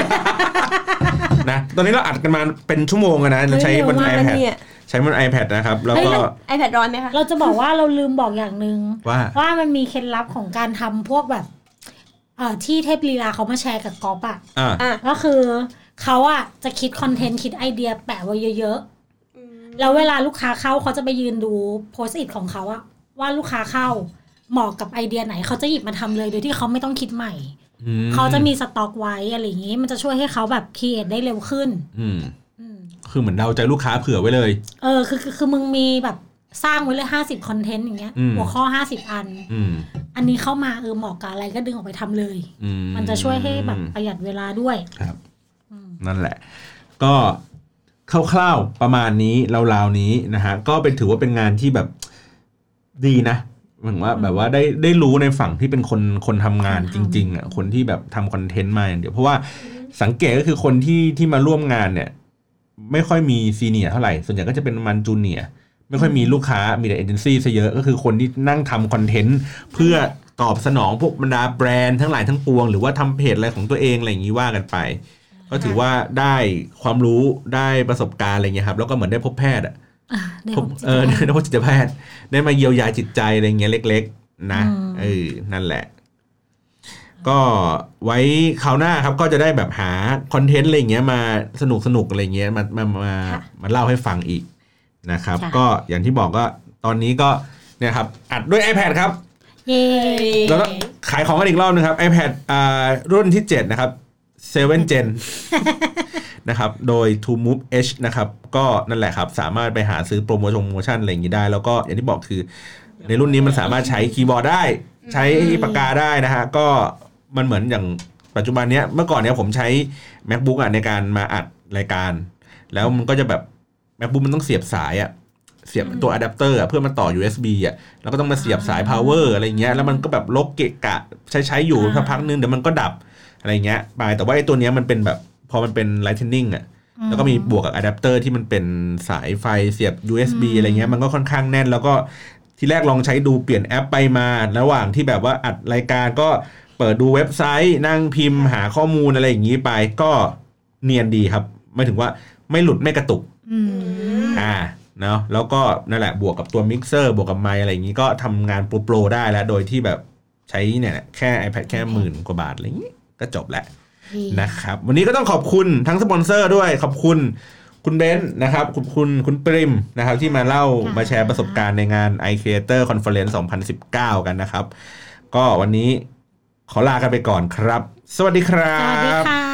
Speaker 1: นะตอนนี้เราอัดกันมาเป็นชั่วโมงนะใช้บน iPad ใช้บน iPad นะครับแล้วก็
Speaker 3: iPad ร้อนไหมคะ
Speaker 2: เราจะบอกว่าเราลืมบอกอย่างนึง
Speaker 1: ว่า
Speaker 2: มันมีเคล็ดลับของการทำพวกแบบที่เทพลีลาเขามาแชร์กับก๊อฟก็คือเขาจะคิดคอนเทนต์คิดไอเดียแปะไว้เยอะๆแล้วเวลาลูกค้าเข้าเขาจะไปยืนดูโพสต์อิทของเขาว่าลูกค้าเข้าเหมาะกับไอเดียไหนเขาจะหยิบมาทำเลยโดยที่เขาไม่ต้องคิดใหม่เขาจะมีสต็อกไว้อะไรอย่างนี้มันจะช่วยให้เขาแบบครีเอทได้เร็วขึ้น
Speaker 1: คือเหมือนเราใจลูกค้าเผื่อไว้เลย
Speaker 2: คือมึงมีแบบสร้างไว้เลย50คอนเทนต์อย่างเงี้ยหัวข้อ50อันนี้เข้ามาเหมาะกับอะไรก็ดึงออกไปทำเลยมันจะช่วยให้แบบประหยัดเวลาด้วย
Speaker 1: ครับนั่นแหละก็คร่าวๆประมาณนี้ราวๆนี้นะฮะก็ถือว่าเป็นงานที่แบบดีนะเหมือนว่าแบบว่าได้รู้ในฝั่งที่เป็นคนทำงานจริงๆอ่ะคนที่แบบทำคอนเทนต์มาอย่างเดียวเพราะว่าสังเกตก็คือคนที่มาร่วมงานเนี่ยไม่ค่อยมีซีเนียร์เท่าไหร่ส่วนใหญ่ก็จะเป็นมันจูเนียร์ไม่ค่อยมีลูกค้ามีแต่เอเจนซี่ซะเยอะก็คือคนที่นั่งทำคอนเทนต์เพื่อตอบสนองพวกบรรดาแบรนด์ทั้งหลายทั้งปวงหรือว่าทำเพจอะไรของตัวเองอะไรอย่างนี้ว่ากันไปก็ถือว่าได้ความรู้ได้ประสบการณ์อะไรเงี้ยครับแล้วก็เหมือนได้พบแพทย์ได้พบจิตแพทย์ได้มาเยียวยาจิตใจอะไรเงี้ยเล็กๆนะนั่นแหละก็ไว้คราวหน้าครับก็จะได้แบบหาคอนเทนต์อะไรเงี้ยมาสนุกอะไรเงี้ยมาเล่าให้ฟังอีกนะครับก็อย่างที่บอกก็ตอนนี้ก็เนี่ยครับอัดด้วย iPad ครับแล้วก็ขายของกันอีกรอบนึงครับ iPad รุ่นที่7นะครับ7 Gen นะครับโดย TrueMove H นะครับก็นั่นแหละครับสามารถไปหาซื้อโปรโมชั่นอะไรอย่างนี้ได้แล้วก็อย่างที่บอกคือในรุ่นนี้มันสามารถใช้คีย์บอร์ดได้ใช้ปากกาได้นะฮะก็มันเหมือนอย่างปัจจุบันเนี้ยเมื่อก่อนเนี้ยผมใช้ MacBook ในการมาอัดรายการแล้วมันก็จะแบบ MacBook มันต้องเสียบสายเสียบตัวอะแดปเตอร์เพื่อมาต่อ USB แล้วก็ต้องมาเสียบสาย power อะไรเงี้ยแล้วมันก็แบบรกเกะกะใช้อยู่สักพักนึงเดี๋ยวมันก็ดับอะไรเงี้ยไปแต่ว่าไอ้ตัวเนี้ยมันเป็นแบบพอมันเป็น Lightning แล้วก็มีบวกกับอะแดปเตอร์ที่มันเป็นสายไฟเสียบ USB อะไรเงี้ยมันก็ค่อนข้างแน่นแล้วก็ทีแรกลองใช้ดูเปลี่ยนแอปไปมาระหว่างที่แบบว่าอัดรายการก็เปิดดูเว็บไซต์นั่งพิมพ์หาข้อมูลอะไรอย่างนี้ไปก็เนียนดีครับไม่ถึงว่าไม่หลุดไม่กระตุกเนาะแล้วก็นั่นแหละบวกกับตัวมิกเซอร์บวกกับไมค์อะไรอย่างนี้ก็ทำงานโปรได้แล้วโดยที่แบบใช้เนี่ยแค่ iPad แค่10,000 กว่าบาทอะไรอย่างนี้ก็จบแล้วนะครับวันนี้ก็ต้องขอบคุณทั้งสปอนเซอร์ด้วยขอบคุณคุณเบนซ์นะครับคุณปริมนะครับที่มาเล่ามาแชร์ประสบการณ์ในงาน iCreator Conference 2019 กันนะครับก็วันนี้ขอลากันไปก่อนครับสวัสดีครับ
Speaker 2: สวัสดีค่ะ